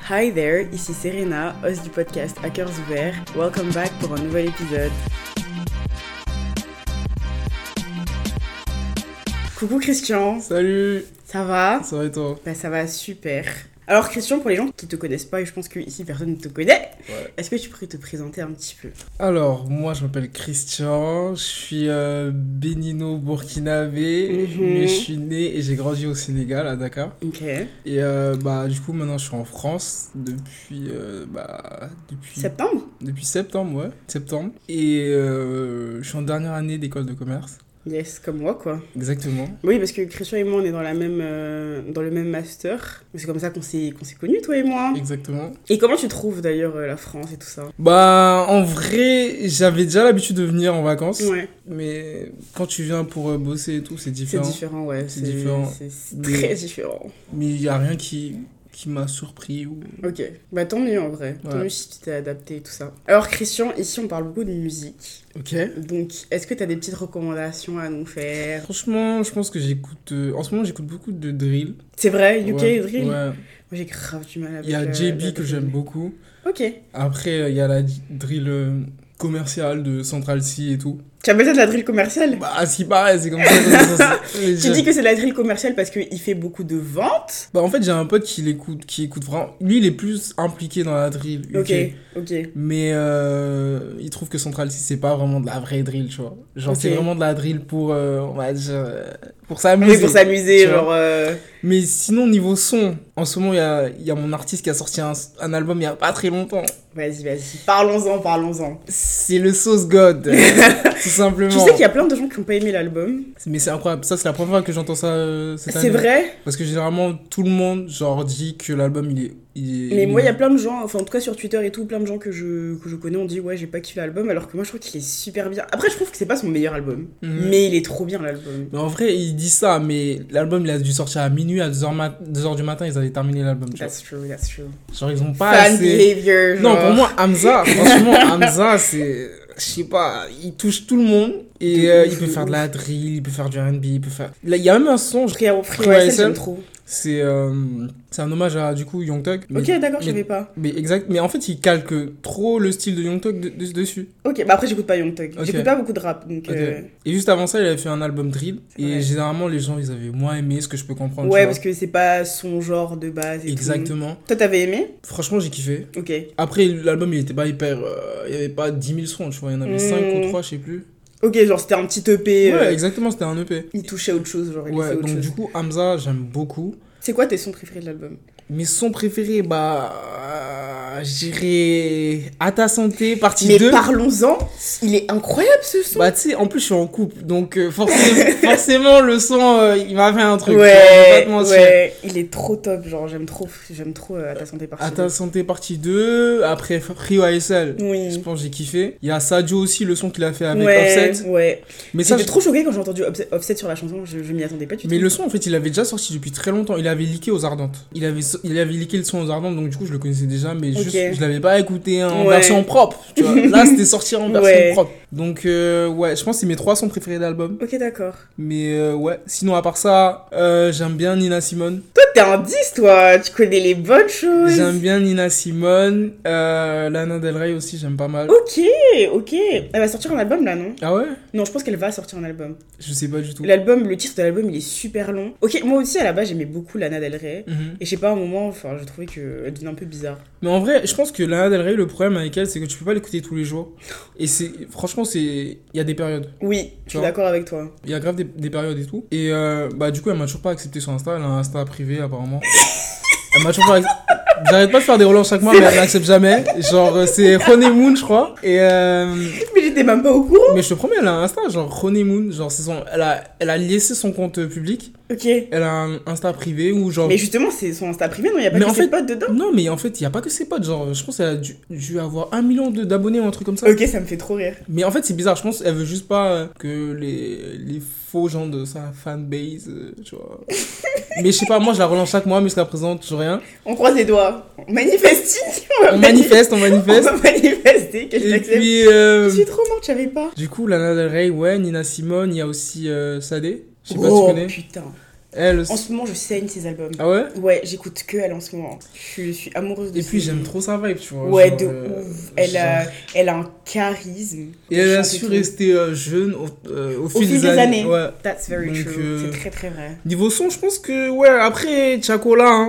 Hi there, ici Serena, host du podcast À Cœurs Ouverts. Welcome back pour un nouvel épisode. Coucou Christian. Salut. Ça va? Ça va et toi? Bah ça va super. Alors Christian, pour les gens qui te connaissent pas, et je pense que ici personne ne te connaît, Est-ce que tu pourrais te présenter un petit peu? Alors, moi je m'appelle Christian, je suis béninois-burkinabé, mais je suis né et j'ai grandi au Sénégal, à Dakar. Ok. Et du coup maintenant je suis en France depuis Septembre? Depuis septembre, ouais. Septembre. Et je suis en dernière année d'école de commerce. Yes, comme moi quoi. Exactement. Oui, parce que Christian et moi on est dans le même master. C'est comme ça qu'on s'est connus, toi et moi. Exactement. Et comment tu trouves d'ailleurs la France et tout ça? Bah en vrai, j'avais déjà l'habitude de venir en vacances. Ouais. Mais quand tu viens pour bosser et tout, c'est différent. C'est différent, ouais. C'est différent. C'est très différent. Mais il n'y a rien qui m'a surpris ou... Ok, bah tant mieux en vrai, tant mieux si tu t'es adapté et tout ça. Alors Christian, ici on parle beaucoup de musique. Ok. Donc est-ce que tu as des petites recommandations à nous faire? Franchement, je pense que j'écoute... en ce moment, j'écoute beaucoup de drill. C'est vrai, UK ouais, drill? Ouais. Moi j'ai grave du mal avec... Il y a JB que j'aime beaucoup. Ok. Après, il y a la drill commerciale de Central C et tout. Tu appelles ça de la drill commerciale? Bah, ce qui paraît, c'est comme ça. Tu dis que c'est de la drill commerciale parce qu'il fait beaucoup de ventes? Bah, en fait, j'ai un pote qui écoute vraiment... Lui, il est plus impliqué dans la drill. Ok. Mais il trouve que Central C, c'est pas vraiment de la vraie drill, tu vois. Genre, c'est vraiment de la drill pour, on va dire, pour s'amuser. Oui, pour s'amuser, genre... Mais sinon, niveau son, en ce moment, il y a mon artiste qui a sorti un album il y a pas très longtemps. Vas-y. Parlons-en. C'est le Sauce God, tout simplement. Tu sais qu'il y a plein de gens qui n'ont pas aimé l'album. Mais c'est incroyable. Ça, c'est la première fois que j'entends ça cette année. C'est vrai? Parce que généralement, tout le monde, genre, dit que l'album, Mais moi, il y a plein de gens, enfin, en tout cas sur Twitter et tout, plein de gens que je connais ont dit, ouais, j'ai pas kiffé l'album, alors que moi, je trouve qu'il est super bien. Après, je trouve que c'est pas son meilleur album, mais il est trop bien, l'album. Mais en vrai, il dit ça, mais l'album, il a dû sortir à minuit, à 2h du matin, ils avaient terminé l'album. That's true. Genre, ils ont pas Fan assez... behavior, genre. Non, pour moi, Hamza, franchement, Hamza, c'est... Je sais pas, il touche tout le monde, et il peut faire de la drill, il peut faire du R&B, il peut faire... Là, il y a même un son... Free YSL, j'aime trop. C'est un hommage à, du coup, Young Thug. Ok, d'accord, je savais pas. Mais exact, mais en fait, il calque trop le style de Young Thug dessus. Ok, bah après, j'écoute pas Young Thug. Okay. J'écoute pas beaucoup de rap, donc... Et juste avant ça, il avait fait un album drill, et généralement, les gens, ils avaient moins aimé, ce que je peux comprendre. Ouais, parce que c'est pas son genre de base et exactement. Tout. Toi, t'avais aimé? Franchement, j'ai kiffé. Ok. Après, l'album, il était pas hyper... il y avait pas 10 000 sons, tu vois, il y en avait 5 ou 3, je sais plus. Ok, genre c'était un petit EP. Ouais, exactement, c'était un EP. Il touchait autre chose, genre il ouais, fait autre donc chose. Du coup, Hamza, j'aime beaucoup. C'est quoi tes sons préférés de l'album? Mes sons préférés, je dirais À ta santé, partie 2. Mais parlons-en, il est incroyable ce son. Bah tu sais, en plus je suis en couple, donc forcément le son, il m'a fait un truc. Ouais, il est trop top, genre j'aime trop À ta santé partie 2. À ta santé partie 2, après Free YSL, je pense que j'ai kiffé. Il y a Sadio aussi, le son qu'il a fait avec Offset. Ouais, mais j'étais trop choquée quand j'ai entendu Offset sur la chanson, je m'y attendais pas du tout. Mais le son en fait il avait déjà sorti depuis très longtemps, il avait leaké aux Ardentes. Il avait leaké le son aux Ardentes, donc du coup je le connaissais déjà, mais juste je l'avais pas écouté en version propre, tu vois. Là c'était sorti en version propre. Donc je pense que c'est mes 3 sons préférés d'album. Ok, d'accord. Mais sinon à part ça, j'aime bien Nina Simone. Toi t'es un 10 toi, tu connais les bonnes choses. J'aime bien Nina Simone, Lana Del Rey aussi j'aime pas mal. Ok, elle va sortir un album là, non? Ah ouais? Non, je pense qu'elle va sortir un album. Je sais pas du tout. Le titre de l'album il est super long. Ok, moi aussi à la base j'aimais beaucoup Lana Del Rey. Et je sais pas, à un moment, je trouvais qu'elle devenait un peu bizarre. Mais en vrai, je pense que Lana Del Rey, le problème avec elle, c'est que tu peux pas l'écouter tous les jours. Et franchement, il y a des périodes. Oui, je suis d'accord avec toi. Il y a grave des périodes et tout. Et du coup, elle m'a toujours pas accepté sur Insta. Elle a un Insta privé, apparemment. Elle m'a toujours pas accepté. J'arrête pas de faire des relances chaque mois, mais elle n'accepte jamais. Genre, c'est Honeymoon, je crois. Et mais j'étais même pas au courant. Mais je te promets, elle a un Insta, genre Honeymoon. Genre, elle a laissé son compte public. Ok. Elle a un Insta privé où genre... Mais justement, c'est son Insta privé, non? Il y a pas que ses potes dedans? Non, mais en fait, il y a pas que ses potes. Genre, je pense qu'elle a dû avoir 1 million d'abonnés ou un truc comme ça. Ok, ça me fait trop rire. Mais en fait, c'est bizarre. Je pense qu'elle veut juste pas que les faux gens de sa fanbase, tu vois... Mais je sais pas, moi je la relance chaque mois, mais jusqu'à présent, toujours rien. On croise les doigts. On manifeste. On manifeste. On va manifester que je t'accepte. Puis, je suis trop morte, je savais pas. Du coup, Lana Del Rey, Nina Simone, il y a aussi Sadé. Je sais pas si tu connais. Putain. Elle... En ce moment, je saigne ses albums. Ah ouais? Ouais, j'écoute que elle en ce moment. Je suis amoureuse de Et puis, j'aime trop sa vibe, tu vois. Ouais, genre, de ouf. Elle a un charisme. Et elle a su rester jeune au fil des années. Ouais. That's very true. C'est très, très vrai. Niveau son, je pense que, ouais, après, Chacola,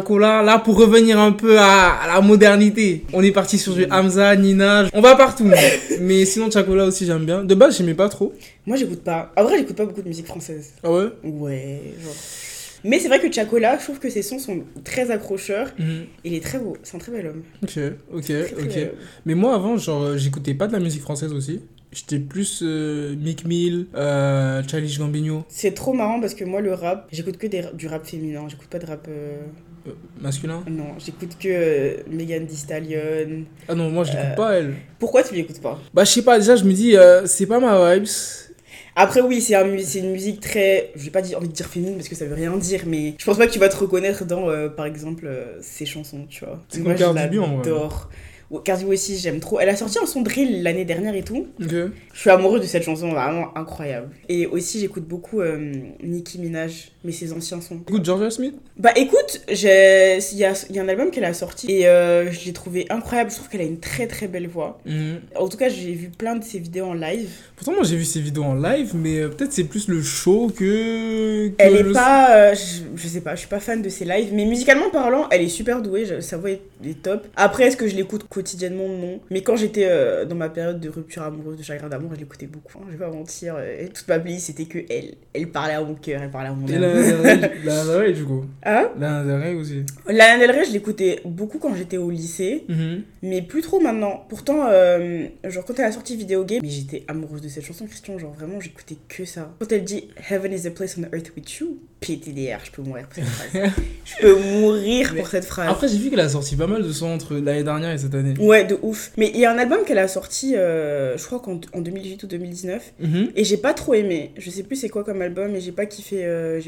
là, pour revenir un peu à la modernité, on est parti sur du Hamza, Nina, on va partout. Mais sinon, Chacola aussi, j'aime bien. De base, j'aimais pas trop. Moi, j'écoute pas. En vrai, j'écoute pas beaucoup de musique française. Ah ouais? Ouais, genre. Mais c'est vrai que Chacola, je trouve que ses sons sont très accrocheurs. Il est très beau. C'est un très bel homme. Ok. Mais moi, avant, genre, j'écoutais pas de la musique française aussi. J'étais plus Meek Mill, Childish Gambino. C'est trop marrant parce que moi, le rap, j'écoute que du rap féminin. J'écoute pas de rap... masculin? Non, j'écoute que Megan Thee Stallion. Ah non, moi je l'écoute pas, elle. Pourquoi tu l'écoutes pas? Bah je sais pas, déjà je me dis, c'est pas ma vibes. Après oui, c'est une musique très... Je vais pas envie de dire féminine parce que ça veut rien dire, mais je pense pas que tu vas te reconnaître dans, par exemple, ses chansons, tu vois. C'est comme Cardi B, en vrai. J'adore. Cardi B aussi, j'aime trop. Elle a sorti un son drill l'année dernière et tout. Ok. Je suis amoureuse de cette chanson, vraiment incroyable. Et aussi, j'écoute beaucoup Nicki Minaj, mais ses anciens sons. Écoute Georgia Smith? Bah écoute, il y a un album qu'elle a sorti et je l'ai trouvé incroyable. Je trouve qu'elle a une très très belle voix. En tout cas, j'ai vu plein de ses vidéos en live. Pourtant, moi j'ai vu ses vidéos en live, mais peut-être c'est plus le show que elle est pas... je sais pas, je suis pas fan de ses lives, mais musicalement parlant, elle est super douée, sa voix est top. Après, est-ce que je l'écoute quotidiennement? Non. Mais quand j'étais dans ma période de rupture amoureuse, de chagrin d'amour, je l'écoutais beaucoup. Je vais pas mentir. Et toute ma playlist, c'était que elle. Elle parlait à mon cœur, elle parlait à mon âme. Et Lana Del Rey, du coup. Hein? Lana Del Rey aussi. Lana Del Rey, je l'écoutais beaucoup quand j'étais au lycée, mais plus trop maintenant. Pourtant, genre quand elle a sorti Video Game, mais j'étais amoureuse de cette chanson, Christian. Genre vraiment, j'écoutais que ça. Quand elle dit Heaven is a place on earth with you, PTDR, je peux mourir pour cette phrase. Je peux mourir pour cette phrase. Après, j'ai vu qu'elle a sorti pas mal de sons entre l'année dernière et cette année. Ouais, de ouf. Mais il y a un album qu'elle a sorti, je crois qu'en 2018 ou 2019, et j'ai pas trop aimé. Je sais plus c'est quoi comme album, et j'ai pas kiffé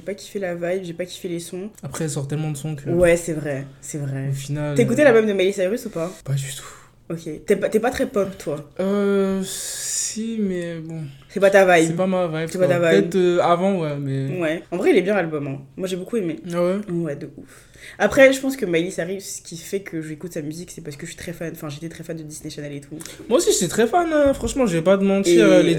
la vibe, j'ai pas kiffé les sons. Après, elle sort tellement de sons que... Ouais, c'est vrai. Au final... T'as écouté l'album de Miley Cyrus ou pas? Pas du tout. Ok. T'es pas très pop, toi? Si, mais bon... C'est pas ta vibe. C'est pas ma vibe. C'est pas ta vibe. Peut-être avant, ouais, mais... Ouais. En vrai, il est bien l'album, hein. Moi, j'ai beaucoup aimé. Ah ouais? Ouais, de ouf. Après, je pense que Miley Cyrus, ce qui fait que j'écoute sa musique, c'est parce que je suis très fan. Enfin, j'étais très fan de Disney Channel et tout. Moi aussi, j'étais très fan, hein. Franchement, je vais pas te mentir. Les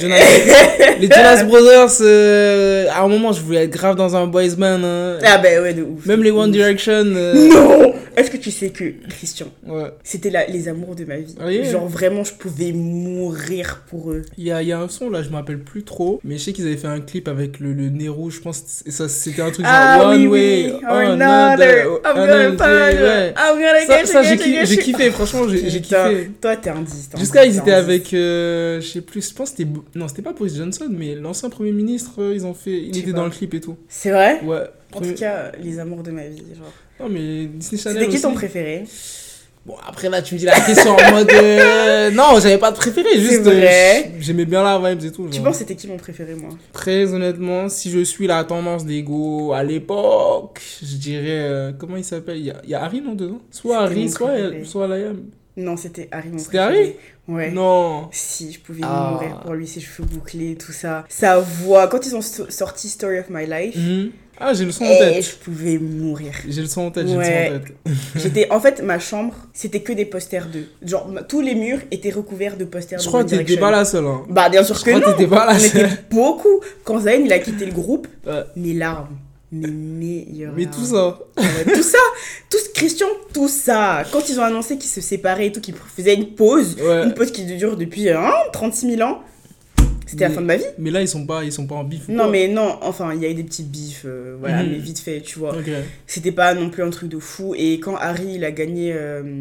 Jonas Brothers, à un moment, je voulais être grave dans un boys band. Hein. Ah, bah ouais, de ouf. Même les One Direction. Non! Est-ce que tu sais que, Christian, c'était les amours de ma vie. Ah, yeah. Genre, vraiment, je pouvais mourir pour eux. Il y a un son, là, je me rappelle plus trop, mais je sais qu'ils avaient fait un clip avec le nez rouge, je pense. Ça, c'était un truc genre One Way, Another. I'm gonna find you. I'm gonna get you. Ça, j'ai kiffé, franchement, j'ai kiffé. Toi, t'es un 10. Jusqu'à, ils étaient avec, je sais plus, je pense que c'était... Non, c'était pas Boris Johnson, mais l'ancien Premier ministre, il était dans le clip et tout. C'est vrai? Ouais. En tout cas, les amours de ma vie, genre. Non, mais Disney Channel C'était qui ton préféré? Bon, après là, tu me dis la question en mode... Non, j'avais pas de préféré, juste... j'aimais bien la vibe et tout. Genre. Tu penses c'était qui mon préféré, moi? Très honnêtement, si je suis la tendance d'ego à l'époque, je dirais... comment il s'appelle? Il y a Harry, non, dedans? Soit Harry, soit Liam. Non, c'était Harry, mon préféré. C'était Harry? Ouais. Non. Si, je pouvais mourir pour lui, ses cheveux bouclés, tout ça. Sa voix, quand ils ont sorti Story of My Life... Ah, j'ai le son en tête. Et je pouvais mourir. J'ai le son en tête, En fait, ma chambre, c'était que des posters d'eux. Genre, tous les murs étaient recouverts de posters de Je crois que t'étais pas la seule. Hein. Bah, bien sûr que non. Je crois que t'étais pas la seule. On était beaucoup. Quand Zayn, il a quitté le groupe, mes larmes. Mes meilleures Mais larmes. tout ça. Tout ça. Christian, tout ça. Quand ils ont annoncé qu'ils se séparaient et tout, qu'ils faisaient une pause qui dure depuis 36 000 ans. C'était la fin de ma vie. Mais là, ils sont pas en bif. Non, mais non, enfin, il y a eu des petits bifs, voilà, mais vite fait, tu vois. Okay. C'était pas non plus un truc de fou. Et quand Harry, il a gagné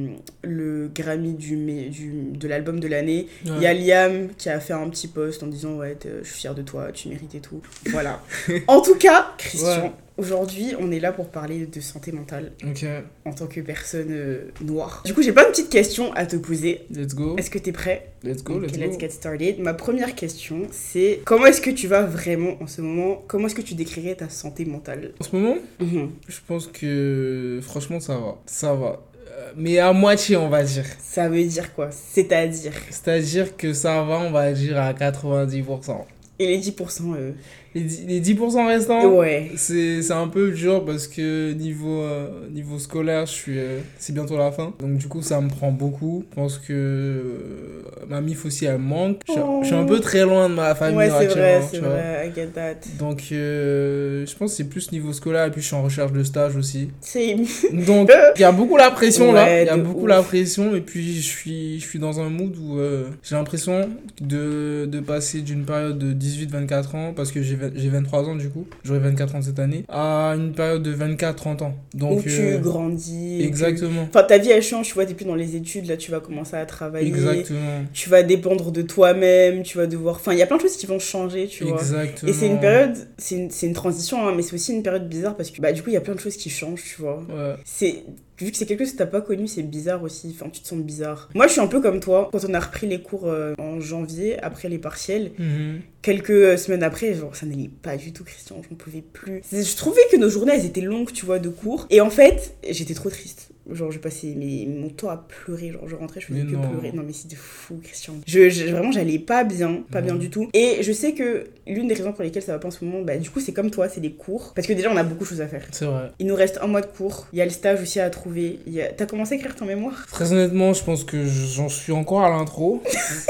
le Grammy de l'album de l'année, il y a Liam qui a fait un petit post en disant « Ouais, je suis fière de toi, tu mérites et tout. » Voilà. En tout cas, Christian, aujourd'hui, on est là pour parler de santé mentale. Ok. En tant que personne noire. Du coup, j'ai plein de petites questions à te poser. Let's go. Est-ce que t'es prêt? Let's go. Let's get started. Ma première question, c'est comment est-ce que tu vas vraiment en ce moment? Comment est-ce que tu décrirais ta santé mentale? En ce moment, je pense que franchement, ça va. Mais à moitié, on va dire. Ça veut dire quoi? C'est-à-dire que ça va, on va dire, à 90%. Et les 10%, les 10% restants, ouais. c'est un peu dur parce que niveau scolaire, c'est bientôt la fin. Donc du coup, ça me prend beaucoup. Je pense que ma mif aussi, elle me manque. Je suis un peu très loin de ma famille. Ouais, c'est vrai, I get that. Donc je pense que c'est plus niveau scolaire et puis je suis en recherche de stage aussi. Same. Donc il y a beaucoup la pression là. Il y a beaucoup la ouf. pression et puis je suis dans un mood où j'ai l'impression de passer d'une période de 18-24 ans, parce que j'ai 23 ans du coup, j'aurai 24 ans cette année, à une période de 24-30 ans. Donc, où tu grandis. Exactement. Enfin, ta vie elle change, tu vois, t'es plus dans les études, là tu vas commencer à travailler. Exactement. Tu vas dépendre de toi-même, tu vas devoir... Enfin, il y a plein de choses qui vont changer, tu vois. Exactement. Et c'est une période, c'est une transition, hein, mais c'est aussi une période bizarre parce que, bah, du coup, il y a plein de choses qui changent, tu vois. Ouais. Vu que c'est quelque chose que t'as pas connu, c'est bizarre aussi. Enfin, tu te sens bizarre. Moi, je suis un peu comme toi. Quand on a repris les cours en janvier, après les partiels, quelques semaines après, genre, ça n'allait pas du tout, Christian. J'en pouvais plus. Je trouvais que nos journées, elles étaient longues, tu vois, de cours. Et en fait, j'étais trop triste. Genre, je passais mon temps à pleurer. Genre, je rentrais, je faisais que pleurer. Non, mais c'est de fou, Christian. Vraiment, j'allais pas bien. Pas bien du tout. Et je sais que l'une des raisons pour lesquelles ça va pas en ce moment, bah, du coup, c'est comme toi, c'est les cours. Parce que déjà, on a beaucoup de choses à faire. C'est vrai. Il nous reste un mois de cours. Il y a le stage aussi à trouver. T'as commencé à écrire ton mémoire? Très honnêtement, je pense que j'en suis encore à l'intro.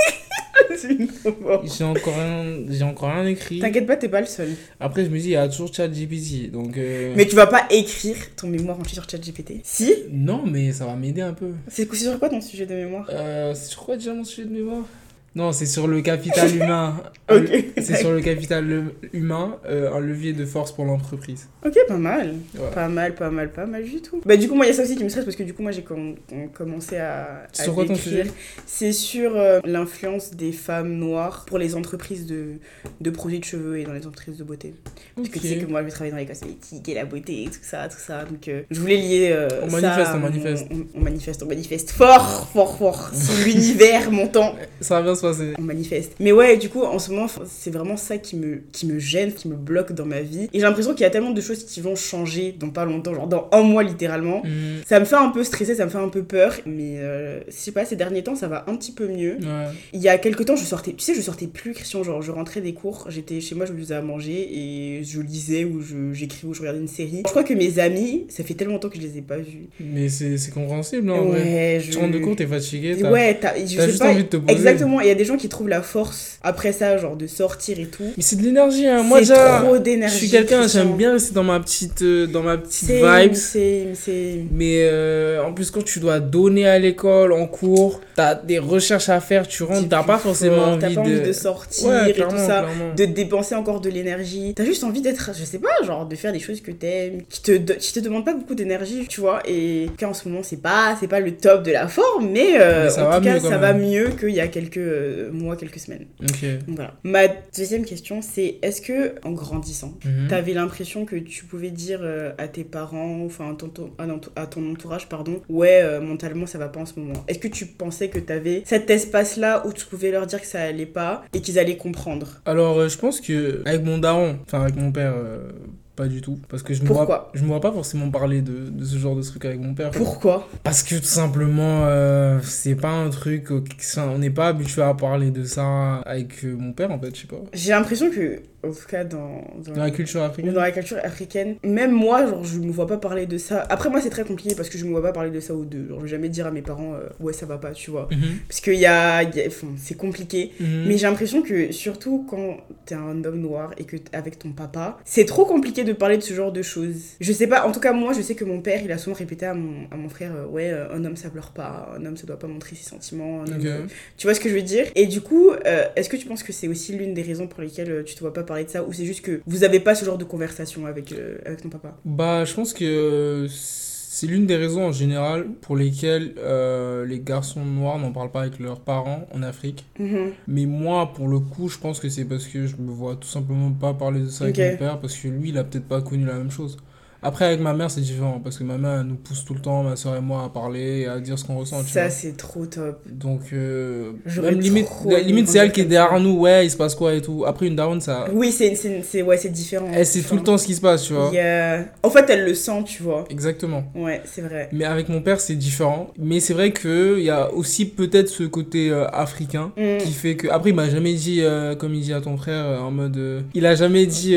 J'ai encore rien écrit. T'inquiète pas, t'es pas le seul. Après, je me dis, il y a toujours ChatGPT, donc... Mais tu vas pas écrire ton mémoire entier sur ChatGPT? Si? Non, mais ça va m'aider un peu. C'est sur quoi ton sujet de mémoire? C'est sur quoi déjà mon sujet de mémoire? Non, c'est sur le capital humain. Ok. C'est sur le capital humain, un levier de force pour l'entreprise. Ok, pas mal. Ouais. Pas mal du tout. Bah, du coup, moi, il y a ça aussi qui me stresse parce que du coup, moi, j'ai commencé à sur quoi ton sujet? C'est sur l'influence des femmes noires pour les entreprises de produits de cheveux et dans les entreprises de beauté. Parce que tu sais que moi, je vais travailler dans les cosmétiques et la beauté et tout ça. Donc, je voulais lier on ça. manifeste. On manifeste fort. C'est l'univers montant. Ça va bien se passer. On manifeste. Mais ouais, du coup, en ce moment, c'est vraiment ça qui me gêne, qui me bloque dans ma vie. Et j'ai l'impression qu'il y a tellement de choses qui vont changer dans pas longtemps, genre dans un mois littéralement. Ça me fait un peu stresser, ça me fait un peu peur. Mais je sais pas, ces derniers temps, ça va un petit peu mieux. Ouais. Il y a quelques temps, je sortais plus, Christian. Genre, je rentrais des cours, j'étais chez moi, je me faisais à manger et je lisais ou j'écrivais ou je regardais une série. Je crois que mes amis, ça fait tellement longtemps que je les ai pas vus. Mais c'est compréhensible, en vrai. Tu rentres de cours, t'es fatigué. T'as juste envie de te poser. Exactement, il y a des gens qui trouvent la force après ça, genre de sortir et tout. Mais c'est de l'énergie, hein. Moi, déjà, trop d'énergie. Je suis quelqu'un, j'aime bien rester dans ma petite vibes. Mais en plus, quand tu dois donner à l'école, en cours, t'as des recherches à faire, tu rentres, t'as pas forcément envie t'as pas envie de sortir et tout ça, de dépenser encore de l'énergie. T'as juste envie d'être, je sais pas, genre de faire des choses que t'aimes, qui te demandent pas beaucoup d'énergie, tu vois. Et en tout cas, en ce moment, c'est pas le top de la forme, mais en tout cas, ça va mieux qu'il y a quelques mois, quelques semaine. Ok. Donc voilà. Ma deuxième question, c'est est-ce que en grandissant, t'avais l'impression que tu pouvais dire à tes parents, enfin à ton entourage, pardon, ouais, mentalement ça va pas en ce moment. Est-ce que tu pensais que t'avais cet espace-là où tu pouvais leur dire que ça allait pas et qu'ils allaient comprendre? Alors, je pense que avec mon daron, enfin avec mon père. Pas du tout, parce que je me vois pas forcément parler de ce genre de truc avec mon père. Pourquoi? Parce que tout simplement c'est pas un truc, on n'est pas habitué à parler de ça avec mon père, en fait, je sais pas. J'ai l'impression que, en tout cas dans la culture africaine. Dans la culture africaine, même moi, genre, je me vois pas parler de ça. Après, moi, c'est très compliqué parce que je me vois pas parler de ça aux deux. Genre, je vais jamais dire à mes parents, ouais, ça va pas, tu vois. Parce que c'est compliqué. Mais j'ai l'impression que, surtout quand t'es un homme noir et que avec ton papa, c'est trop compliqué de parler de ce genre de choses. Je sais pas, en tout cas, moi, je sais que mon père, il a souvent répété à mon frère, ouais, un homme, ça pleure pas, un homme, ça doit pas montrer ses sentiments. Tu vois ce que je veux dire? Et du coup, est-ce que tu penses que c'est aussi l'une des raisons pour lesquelles tu te vois pas parler de ça, ou c'est juste que vous avez pas ce genre de conversation avec ton papa? Bah, je pense que c'est l'une des raisons en général pour lesquelles les garçons noirs n'en parlent pas avec leurs parents en Afrique. Mais moi, pour le coup, je pense que c'est parce que je me vois tout simplement pas parler de ça avec mon père, parce que lui, il a peut-être pas connu la même chose. Après, avec ma mère, c'est différent. Parce que ma mère, elle nous pousse tout le temps, ma soeur et moi, à parler et à dire ce qu'on ressent. Ça, c'est trop top. Donc, même limite c'est elle qui est derrière nous. Ouais, il se passe quoi et tout. Après, une daronne, ça. Oui, c'est différent. Elle sait tout le temps ce qui se passe, tu vois. En fait, elle le sent, tu vois. Exactement. Ouais, c'est vrai. Mais avec mon père, c'est différent. Mais c'est vrai qu'il y a aussi peut-être ce côté africain qui fait que. Après, il m'a jamais dit, comme il dit à ton frère, en mode. Il a jamais dit,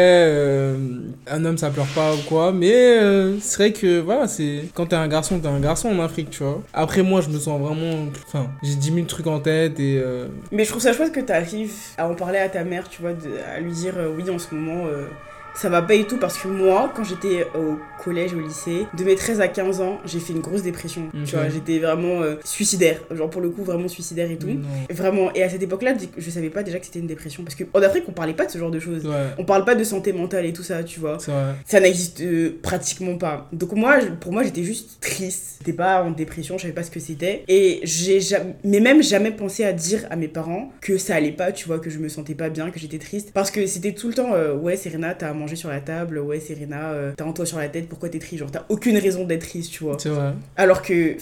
un homme ça pleure pas ou quoi. Mais c'est vrai que, voilà, c'est. Quand t'es un garçon en Afrique, tu vois. Après, moi, je me sens vraiment. Enfin, j'ai 10 000 trucs en tête et. Mais je trouve ça chouette que t'arrives à en parler à ta mère, tu vois, à lui dire, oui, en ce moment. Ça va pas et tout parce que moi, quand j'étais au collège, au lycée, de mes 13 à 15 ans, j'ai fait une grosse dépression. Tu vois, j'étais vraiment suicidaire. Genre pour le coup, vraiment suicidaire et tout. Vraiment. Et à cette époque-là, je savais pas déjà que c'était une dépression. Parce qu'en Afrique, on parlait pas de ce genre de choses. Ouais. On parle pas de santé mentale et tout ça, tu vois. Ça n'existe pratiquement pas. Donc pour moi, j'étais juste triste. J'étais pas en dépression, je savais pas ce que c'était. Et mais même jamais pensé à dire à mes parents que ça allait pas, tu vois, que je me sentais pas bien, que j'étais triste. Parce que c'était tout le temps, ouais, Serena, t'as mangé sur la table, ouais Serena, t'as un toit sur la tête, pourquoi t'es triste, genre t'as aucune raison d'être triste, tu vois. C'est vrai. Alors que,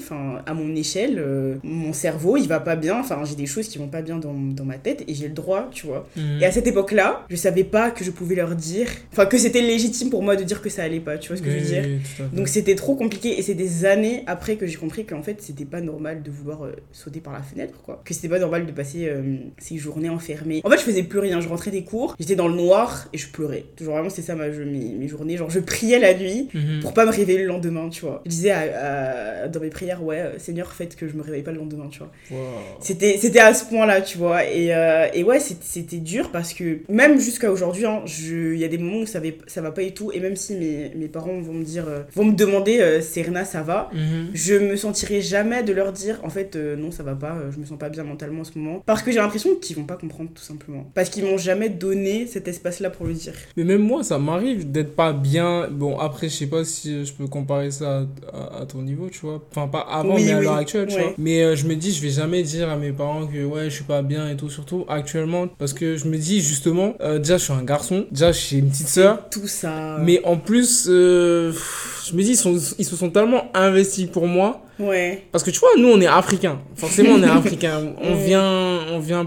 à mon échelle, mon cerveau il va pas bien, j'ai des choses qui vont pas bien dans ma tête et j'ai le droit, tu vois. Et à cette époque-là, je savais pas que je pouvais leur dire, que c'était légitime pour moi de dire que ça allait pas, tu vois ce que je veux dire. Donc c'était trop compliqué et c'est des années après que j'ai compris qu'en fait c'était pas normal de vouloir sauter par la fenêtre, quoi. Que c'était pas normal de passer ces journées enfermées. En fait je faisais plus rien, je rentrais des cours, j'étais dans le noir et je pleurais. Genre vraiment c'était ça mes journées, genre je priais la nuit pour pas me réveiller le lendemain, tu vois. Je disais dans mes prières, ouais Seigneur faites que je me réveille pas le lendemain, tu vois. Wow. C'était à ce point là, tu vois. Et ouais c'était dur parce que même jusqu'à aujourd'hui il y a des moments où ça va pas et tout, et même si mes parents vont me demander Serena ça va, je me sentirai jamais de leur dire en fait non ça va pas, je me sens pas bien mentalement en ce moment, parce que j'ai l'impression qu'ils vont pas comprendre tout simplement, parce qu'ils m'ont jamais donné cet espace là pour le dire. Mais même moi, ça m'arrive d'être pas bien. Bon, après, je sais pas si je peux comparer ça à ton niveau, tu vois. Enfin, pas avant, mais à l'heure actuelle, tu vois. Mais je me dis, je vais jamais dire à mes parents que ouais, je suis pas bien et tout, surtout actuellement. Parce que je me dis, justement, déjà, je suis un garçon. Déjà, j'ai une petite sœur. Tout ça. Mais en plus, je me dis, ils se sont tellement investis pour moi. Ouais. Parce que tu vois, nous on est africains. Forcément, on est africains. On vient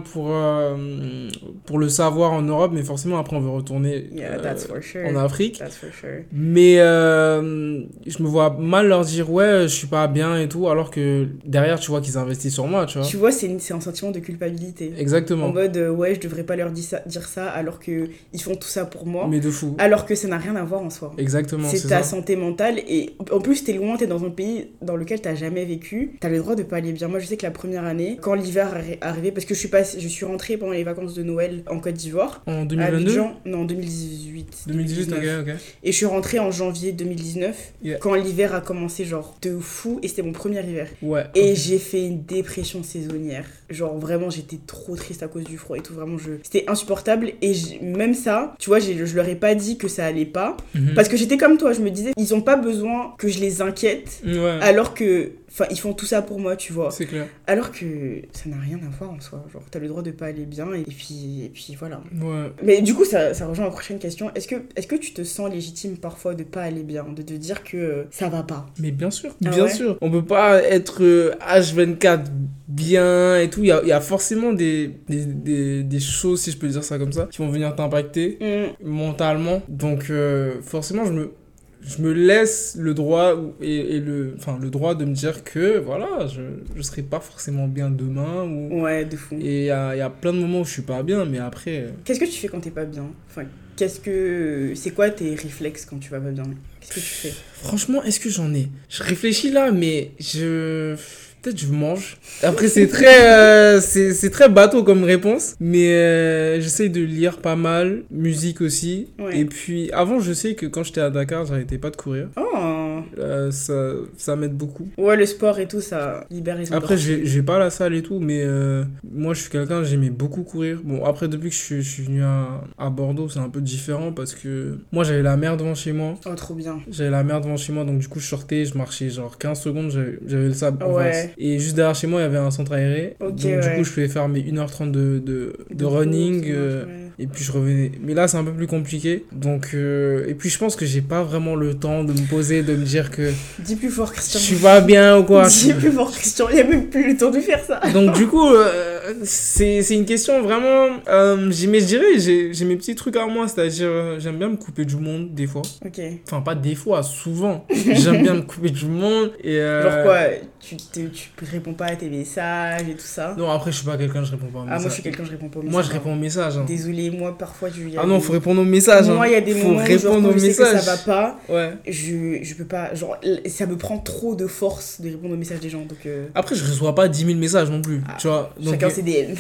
pour le savoir en Europe, mais forcément après on veut retourner en Afrique. That's for sure. Mais je me vois mal leur dire ouais, je suis pas bien et tout, alors que derrière tu vois qu'ils investissent sur moi, tu vois. Tu vois, c'est un sentiment de culpabilité. Exactement. En mode ouais, je devrais pas leur dire ça alors que ils font tout ça pour moi. Mais de fou. Alors que ça n'a rien à voir en soi. Exactement. C'est ta santé mentale, et en plus t'es loin, t'es dans un pays dans lequel t'as jamais vécu, t'as le droit de pas aller bien. Moi je sais que la première année, quand l'hiver arrivait, parce que je suis rentrée pendant les vacances de Noël en Côte d'Ivoire. En 2022 ? Non, en 2018. 2018, ok. Et je suis rentrée en janvier 2019, quand l'hiver a commencé genre de fou, et c'était mon premier hiver. Ouais. Et j'ai fait une dépression saisonnière. Genre vraiment j'étais trop triste à cause du froid et tout, vraiment c'était insupportable. Et même ça, tu vois, je leur ai pas dit que ça allait pas, parce que j'étais comme toi, je me disais ils ont pas besoin que je les inquiète, alors que ils font tout ça pour moi, tu vois. C'est clair. Alors que ça n'a rien à voir en soi. Genre, t'as le droit de pas aller bien, et puis voilà. Ouais. Mais du coup, ça rejoint ma prochaine question. Est-ce que tu te sens légitime parfois de pas aller bien, de te dire que ça va pas? Mais bien sûr, bien sûr. On peut pas être H24 bien et tout. Il y a forcément des choses, si je peux dire ça comme ça, qui vont venir t'impacter mentalement. Donc, forcément, je me laisse le droit le droit de me dire que voilà, je serai pas forcément bien demain ouais, de fou. Et il y a plein de moments où je suis pas bien, mais après qu'est-ce que tu fais quand t'es pas bien? C'est quoi tes réflexes quand tu vas pas bien? Qu'est-ce que tu fais? Franchement, est-ce que j'en ai? Je réfléchis là, mais peut-être je mange. Après, c'est très bateau comme réponse. Mais j'essaye de lire pas mal. Musique aussi. Ouais. Et puis, avant, je sais que quand j'étais à Dakar, j'arrêtais pas de courir. Oh. Ça m'aide beaucoup. Ouais, le sport et tout, ça libère les endorphines. Après, j'ai pas la salle et tout, mais moi, je suis quelqu'un, j'aimais beaucoup courir. Bon, après, depuis que je suis venu à Bordeaux, c'est un peu différent parce que moi, j'avais la mer devant chez moi. Oh, trop bien. J'avais la mer devant chez moi, donc du coup, je sortais, je marchais genre 15 secondes, j'avais le sable en face. Et juste derrière chez moi, il y avait un centre aéré. Okay, donc, du coup, je pouvais faire mes 1h30 de running. Et puis je revenais. Mais là, c'est un peu plus compliqué. Donc, et puis je pense que j'ai pas vraiment le temps de me poser, de me dire que... Dis plus fort, Christian. Je suis pas bien ou quoi. Dis plus fort, Christian. Il n'y a même plus le temps de faire ça. Donc du coup, c'est une question vraiment... mais je dirais, j'ai mes petits trucs à moi. C'est-à-dire, j'aime bien me couper du monde, des fois. Ok. Enfin, pas des fois, souvent. J'aime bien me couper du monde. Et genre quoi, tu réponds pas à tes messages et tout ça? Non, après, je suis pas quelqu'un, je réponds pas aux messages. Ah, moi, je suis quelqu'un, je réponds pas aux messages. Moi, je réponds aux messages. Hein. Désolée, moi, parfois, Ah non, faut répondre aux messages. Moi, il y a des moments où je sais que ça va pas. Ouais. Je peux pas... Genre, ça me prend trop de force de répondre aux messages des gens, donc... Après, je reçois pas 10 000 messages non plus, tu vois. Donc, chacun ses DM.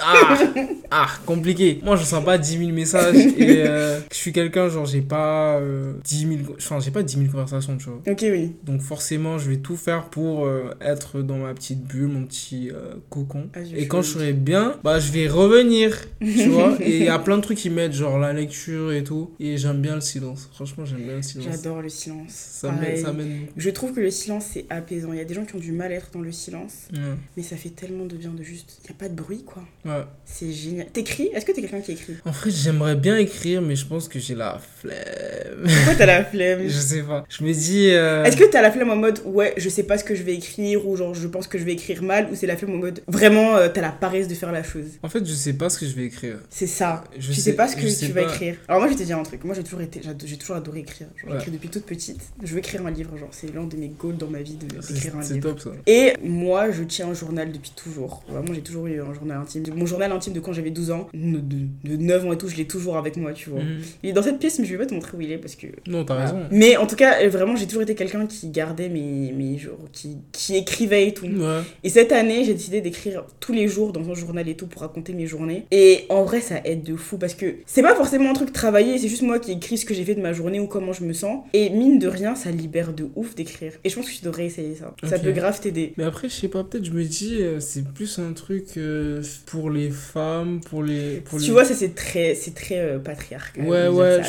Compliqué. Moi, je reçois pas 10 000 messages et je suis quelqu'un, genre, j'ai pas 10 000... Enfin, j'ai pas 10 000 conversations, tu vois. Ok, oui. Donc, forcément, je vais tout faire pour être dans ma petite bulle, mon petit cocon. Et quand je serai bien, bah, je vais revenir, tu vois. Et il y a plein de trucs qui m'aident, genre la lecture et tout. Et j'aime bien le silence. Franchement, j'aime bien le silence. J'adore le silence. Ça m'aide beaucoup. Je trouve que le silence, c'est apaisant. Il y a des gens qui ont du mal à être dans le silence. Ouais. Mais ça fait tellement de bien de juste... Il n'y a pas de bruit, quoi. Ouais. C'est génial. T'écris? Est-ce que t'es quelqu'un qui écrit? En fait, j'aimerais bien écrire, mais je pense que j'ai la flemme. Pourquoi t'as la flemme? Je sais pas. Je me dis... Est-ce que t'as la flemme en mode, ouais, je sais pas ce que je vais écrire, ou genre, je pense que je vais écrire mal, ou c'est la flemme en mode, vraiment, t'as la paresse de faire la chose? En fait, je sais pas ce que je vais écrire. C'est ça. Tu sais pas ce que tu vas écrire. Alors moi, je vais te dire un truc. Moi, j'ai toujours adoré écrire. Genre, j'écris depuis toute petite. Je veux écrire un livre, genre, c'est l'un de mes goals dans ma vie d'écrire un livre. C'est top, ça. Et moi, je tiens un journal depuis toujours. Vraiment, j'ai toujours eu un journal intime. Mon journal intime de quand j'avais 12 ans, de 9 ans et tout, je l'ai toujours avec moi, tu vois. Il est dans cette pièce, mais je vais pas te montrer où il est parce que... Non, t'as raison. Mais en tout cas, vraiment, j'ai toujours été quelqu'un qui gardait mes jours, qui écrivait et tout. Ouais. Et cette année, j'ai décidé d'écrire tous les jours dans un journal et tout pour raconter mes journées. Et en vrai, ça aide de fou parce que c'est pas forcément un truc travaillé, c'est juste moi qui écris ce que j'ai fait de ma journée ou comment je me sens. Et mine de rien, ça libère de ouf d'écrire. Et je pense que tu devrais essayer ça. Okay. Ça peut grave t'aider. Mais après, je sais pas, peut-être je me dis, c'est plus un truc pour les femmes, pour les... Tu vois, ça c'est très patriarcal. Ouais,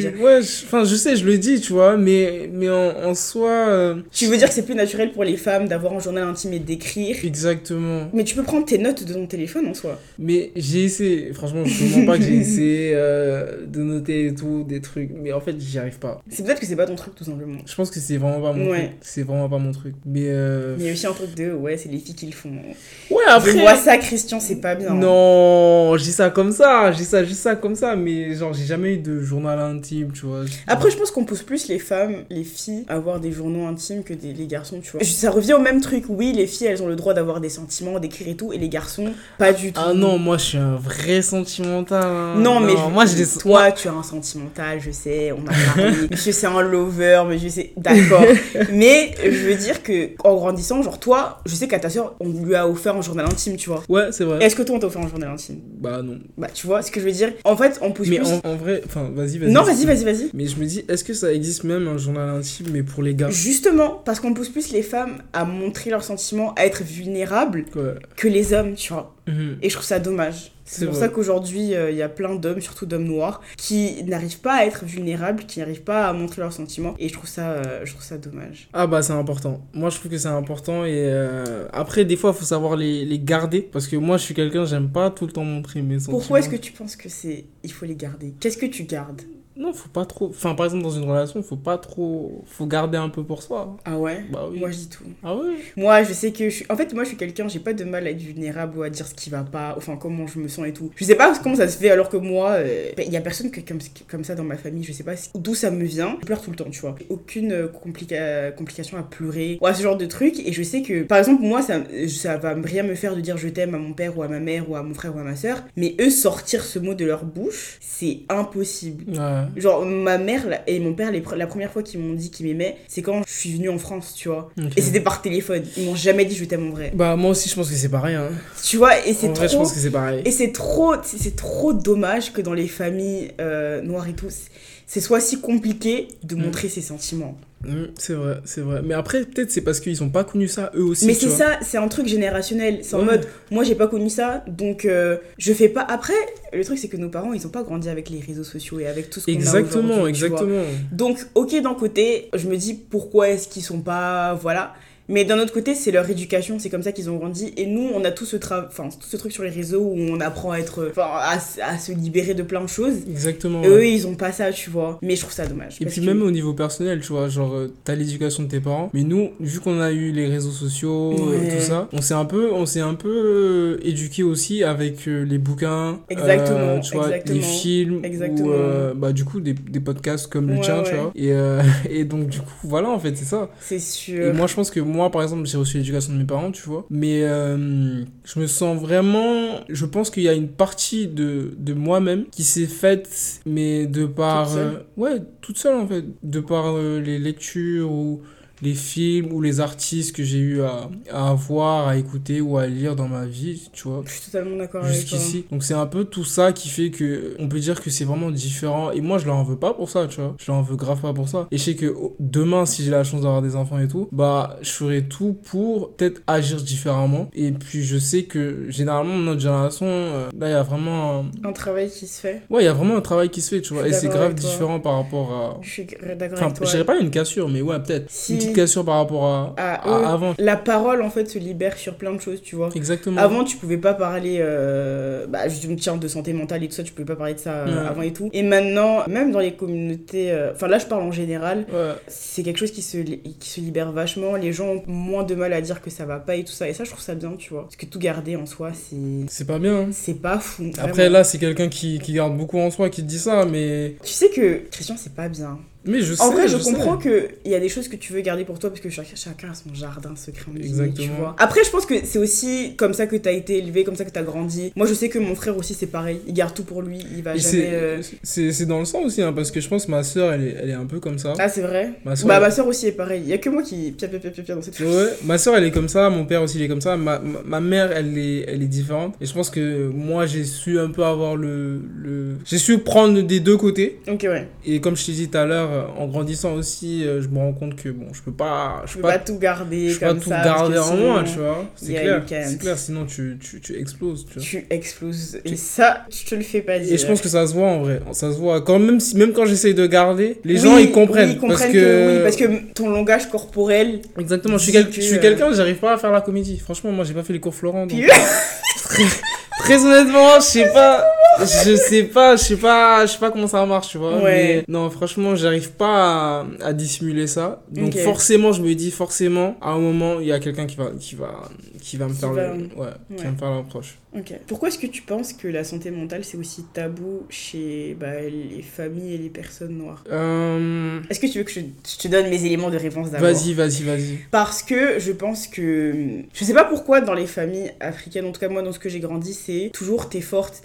je sais, je le dis, tu vois, mais en soi... Tu veux dire que c'est plus naturel pour les femmes d'avoir un journal intime et d'écrire? Exactement. Mais tu peux prendre tes notes de ton téléphone en soi. Mais j'ai essayé, franchement, je ne mens pas que j'ai essayé de noter et tout, des trucs, mais en fait, j'y arrive pas. C'est peut-être que c'est pas ton truc, tout simplement. Je pense que c'est vraiment pas mon truc. C'est vraiment pas mon truc. Mais il y a aussi un truc de, ouais, c'est les filles qui le font. Ouais, après... Je vois ça, Christian, c'est pas bien. Non, je dis ça comme ça, juste ça comme ça, mais genre, j'ai jamais eu de journal intime, tu vois. Après, je pense qu'on pousse plus les filles, à avoir des journaux intimes que les garçons, tu vois. Ça revient au même truc, oui, les filles, elles ont le droit d'avoir des sentiments, d'écrire et tout, et les garçons, pas du tout. Ah non, moi, je suis un vrai sentimental. Hein. Non, mais moi, toi, tu es un sentimental, je sais, on m'a parlé. Monsieur, c'est un lover, mais je sais, d'accord. Mais je veux dire que en grandissant, genre toi, je sais qu'à ta soeur, on lui a offert un journal intime, tu vois. Ouais, c'est vrai. Est-ce que toi, on t'a offert un journal intime? Bah non. Bah tu vois ce que je veux dire. En fait, on pousse mais plus. En vrai, enfin, vas-y. Non, vas-y. Mais je me dis, est-ce que ça existe même un journal intime, mais pour les gars? Justement, parce qu'on pousse plus les femmes à montrer leurs sentiments, à être vulnérables que les hommes, tu vois. Et je trouve ça dommage. C'est pour ça qu'aujourd'hui, il y a plein d'hommes, surtout d'hommes noirs, qui n'arrivent pas à être vulnérables, qui n'arrivent pas à montrer leurs sentiments. Et je trouve ça dommage. Ah bah c'est important. Moi je trouve que c'est important et après des fois il faut savoir les garder. Parce que moi je suis quelqu'un, j'aime pas tout le temps montrer mes sentiments. Pourquoi est-ce que tu penses que il faut les garder? Qu'est-ce que tu gardes? Non, faut pas trop... Enfin, par exemple, dans une relation, faut pas trop... Faut garder un peu pour soi. Ah ouais? Bah oui. Moi, je dis tout. Ah ouais? Moi, je sais que En fait, moi, je suis quelqu'un, j'ai pas de mal à être vulnérable ou à dire ce qui va pas, enfin, comment je me sens et tout. Je sais pas comment ça se fait alors que moi, y a personne comme ça dans ma famille, je sais pas d'où ça me vient. Je pleure tout le temps, tu vois. Aucune complication à pleurer ou à ce genre de trucs. Et je sais que, par exemple, moi, ça va rien me faire de dire je t'aime à mon père ou à ma mère ou à mon frère ou à ma soeur. Mais eux, sortir ce mot de leur bouche, c'est impossible. Ouais. Genre, ma mère et mon père, la première fois qu'ils m'ont dit qu'ils m'aimaient, c'est quand je suis venue en France, tu vois. Okay. Et c'était par téléphone. Ils m'ont jamais dit je t'aime en vrai. Bah, moi aussi, je pense que c'est pareil. Hein. Tu vois, et c'est en vrai, je pense que c'est pareil. Et c'est trop dommage que dans les familles noires et tout, c'est soit si compliqué de montrer ses sentiments. C'est vrai. Mais après, peut-être c'est parce qu'ils ont pas connu ça eux aussi. Mais c'est ça, c'est un truc générationnel. C'est en mode, moi j'ai pas connu ça, donc je fais pas. Après, le truc c'est que nos parents ils ont pas grandi avec les réseaux sociaux et avec tout ce qu'on a aujourd'hui. Exactement. Donc, ok, d'un côté, je me dis pourquoi est-ce qu'ils sont pas. Voilà. Mais d'un autre côté, c'est leur éducation, c'est comme ça qu'ils ont grandi. Et nous, on a tout ce truc sur les réseaux où on apprend à se libérer de plein de choses. Exactement. Et eux, ils ont pas ça, tu vois. Mais je trouve ça dommage. Et puis même au niveau personnel, tu vois, genre, t'as l'éducation de tes parents. Mais nous, vu qu'on a eu les réseaux sociaux et tout ça, on s'est un peu éduqué aussi avec les bouquins. Exactement. Tu vois, les films. Exactement. Ou du coup, des podcasts comme le tien, tu vois. Et donc, du coup, voilà, en fait, c'est ça. C'est sûr. Et moi, je pense que moi, par exemple, j'ai reçu l'éducation de mes parents, tu vois. Mais je me sens vraiment... Je pense qu'il y a une partie de moi-même qui s'est faite, mais de par... toute seule, en fait. De par les lectures ou les films ou les artistes que j'ai eu à voir, à écouter ou à lire dans ma vie, tu vois. Je suis totalement d'accord avec toi. Jusqu'ici. Donc c'est un peu tout ça qui fait que on peut dire que c'est vraiment différent. Et moi, je leur en veux pas pour ça, tu vois. Je leur en veux grave pas pour ça. Et je sais que demain, si j'ai la chance d'avoir des enfants et tout, je ferai tout pour peut-être agir différemment. Et puis je sais que généralement, dans notre génération, là, il y a vraiment un travail qui se fait. Ouais, il y a vraiment un travail qui se fait, tu vois. Et c'est grave différent par rapport à... Je suis d'accord avec toi. Je dirais pas une cassure, mais ouais, peut-être. Une petite cassure par rapport à avant. La parole, en fait, se libère sur plein de choses, tu vois. Exactement. Avant, tu pouvais pas parler de santé mentale et tout ça, tu pouvais pas parler de ça avant et tout. Et maintenant, même dans les communautés... là, je parle en général. C'est quelque chose qui se libère vachement. Les gens ont moins de mal à dire que ça va pas et tout ça. Et ça, je trouve ça bien, tu vois. Parce que tout garder en soi, c'est pas bien. Hein. C'est pas fou. Après, là, c'est quelqu'un qui garde beaucoup en soi qui te dit ça, mais... Tu sais que, Christian, c'est pas bien. Mais en vrai, je comprends qu'il y a des choses que tu veux garder pour toi parce que chacun a son jardin secret, tu vois. Après, je pense que c'est aussi comme ça que t'as été élevé, comme ça que t'as grandi. Moi, je sais que mon frère aussi, c'est pareil. Il garde tout pour lui, il va jamais... C'est dans le sang aussi, hein, parce que je pense que ma soeur, elle est un peu comme ça. Ah, c'est vrai? Ma soeur aussi est pareil. Il y a que moi qui pia dans cette chose. Ouais, ma soeur, elle est comme ça, mon père aussi, il est comme ça. Ma mère, elle est différente. Et je pense que moi, j'ai su un peu avoir j'ai su prendre des deux côtés. Ok, ouais. Et comme je t'ai dit tout à l'heure, en grandissant aussi, je me rends compte que je peux pas tout garder je peux comme pas tout ça, garder en moi, tu vois. C'est clair, sinon tu exploses, tu vois. Tu exploses. Et ça, je te le fais pas dire. Et je pense que ça se voit en vrai. Ça se voit. Même quand j'essaye de garder, les gens ils comprennent. Parce que ton langage corporel. Exactement, je suis quelqu'un, j'arrive pas à faire la comédie. Franchement, moi j'ai pas fait les cours Florent. Donc... Très honnêtement, je sais pas comment ça marche, tu vois. Ouais. Mais non, franchement, j'arrive pas à dissimuler ça. Donc forcément, je me dis à un moment, il y a quelqu'un qui va me faire qui va me faire l'approche. Ok. Pourquoi est-ce que tu penses que la santé mentale c'est aussi tabou chez les familles et les personnes noires? Est-ce que tu veux que je te donne mes éléments de réponse d'abord? Vas-y. Parce que je pense que... Je sais pas pourquoi dans les familles africaines, en tout cas moi dans ce que j'ai grandi, c'est toujours t'es forte.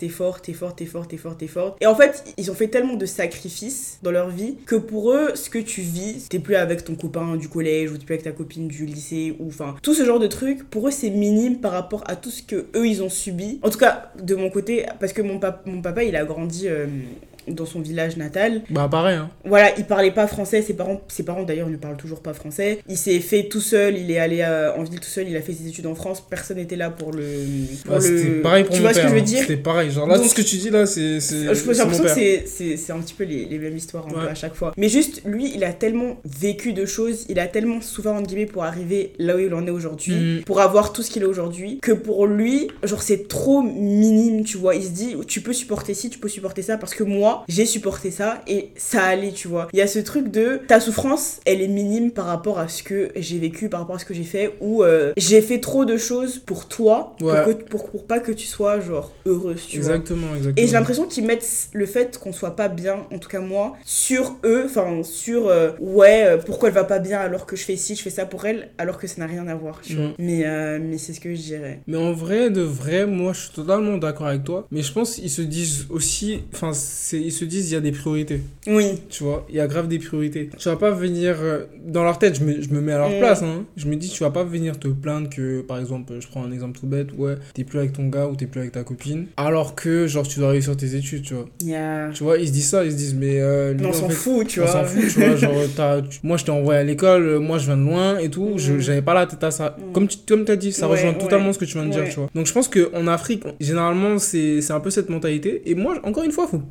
Et en fait, ils ont fait tellement de sacrifices dans leur vie que pour eux, ce que tu vis, t'es plus avec ton copain du collège ou t'es plus avec ta copine du lycée ou enfin tout ce genre de trucs, pour eux c'est minime par rapport à tout ce que eux ils ont subi. En tout cas, de mon côté, parce que mon papa, il a grandi dans son village natal. Pareil, hein. Voilà, il parlait pas français, ses parents d'ailleurs ne parlent toujours pas français. Il s'est fait tout seul, il est allé en ville tout seul, il a fait ses études en France, personne n'était là pour le... C'était pareil pour tu mon vois père, ce que je veux dire? C'était pareil, genre là, tout ce que tu dis là, c'est j'ai l'impression que c'est un petit peu les mêmes histoires peu à chaque fois. Mais juste, lui, il a tellement vécu de choses, il a tellement souffert, entre guillemets, pour arriver là où il en est aujourd'hui, pour avoir tout ce qu'il a aujourd'hui, que pour lui, genre c'est trop minime, tu vois. Il se dit, tu peux supporter ci, tu peux supporter ça, parce que moi, j'ai supporté ça et ça allait, tu vois. Il y a ce truc de ta souffrance, elle est minime par rapport à ce que j'ai vécu, par rapport à ce que j'ai fait, ou j'ai fait trop de choses pour toi, pour pas que tu sois genre heureuse, tu vois. Exactement. Et j'ai l'impression qu'ils mettent le fait qu'on soit pas bien, en tout cas moi, sur eux, enfin sur pourquoi elle va pas bien alors que je fais ci, je fais ça pour elle, alors que ça n'a rien à voir, tu vois. Mais c'est ce que je dirais. Mais en vrai, de vrai, moi je suis totalement d'accord avec toi, mais je pense qu'ils se disent aussi, il y a des priorités. Oui. Tu vois, il y a grave des priorités. Tu vas pas venir... dans leur tête, je me mets à leur place, hein. Je me dis, tu vas pas venir te plaindre que, par exemple, je prends un exemple tout bête, t'es plus avec ton gars ou t'es plus avec ta copine, alors que, genre, tu dois réussir tes études, tu vois. Yeah. Tu vois, ils se disent ça, ils se disent, mais... on s'en fout, tu vois. On s'en fout, tu vois, genre, moi, je t'ai envoyé à l'école, moi, je viens de loin et tout, j'avais pas la tête à ça. Comme t'as dit, ça rejoint totalement ce que tu viens de dire, tu vois. Donc, je pense qu'en Afrique, généralement, c'est un peu cette mentalité. Et moi, encore une fois, faut pas leur en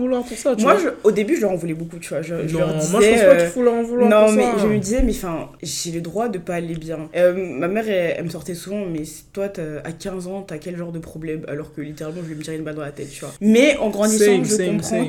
vouloir pour ça, moi, au début, je leur en voulais beaucoup, tu vois. Je leur disais, moi, je pense pas qu'il faut leur en vouloir non, pour mais ça. je me disais, mais enfin, j'ai le droit de pas aller bien. Ma mère, elle me sortait souvent, mais toi, à 15 ans, t'as quel genre de problème? Alors que littéralement, je vais me tirer une balle dans la tête, tu vois. Mais en grandissant, je comprends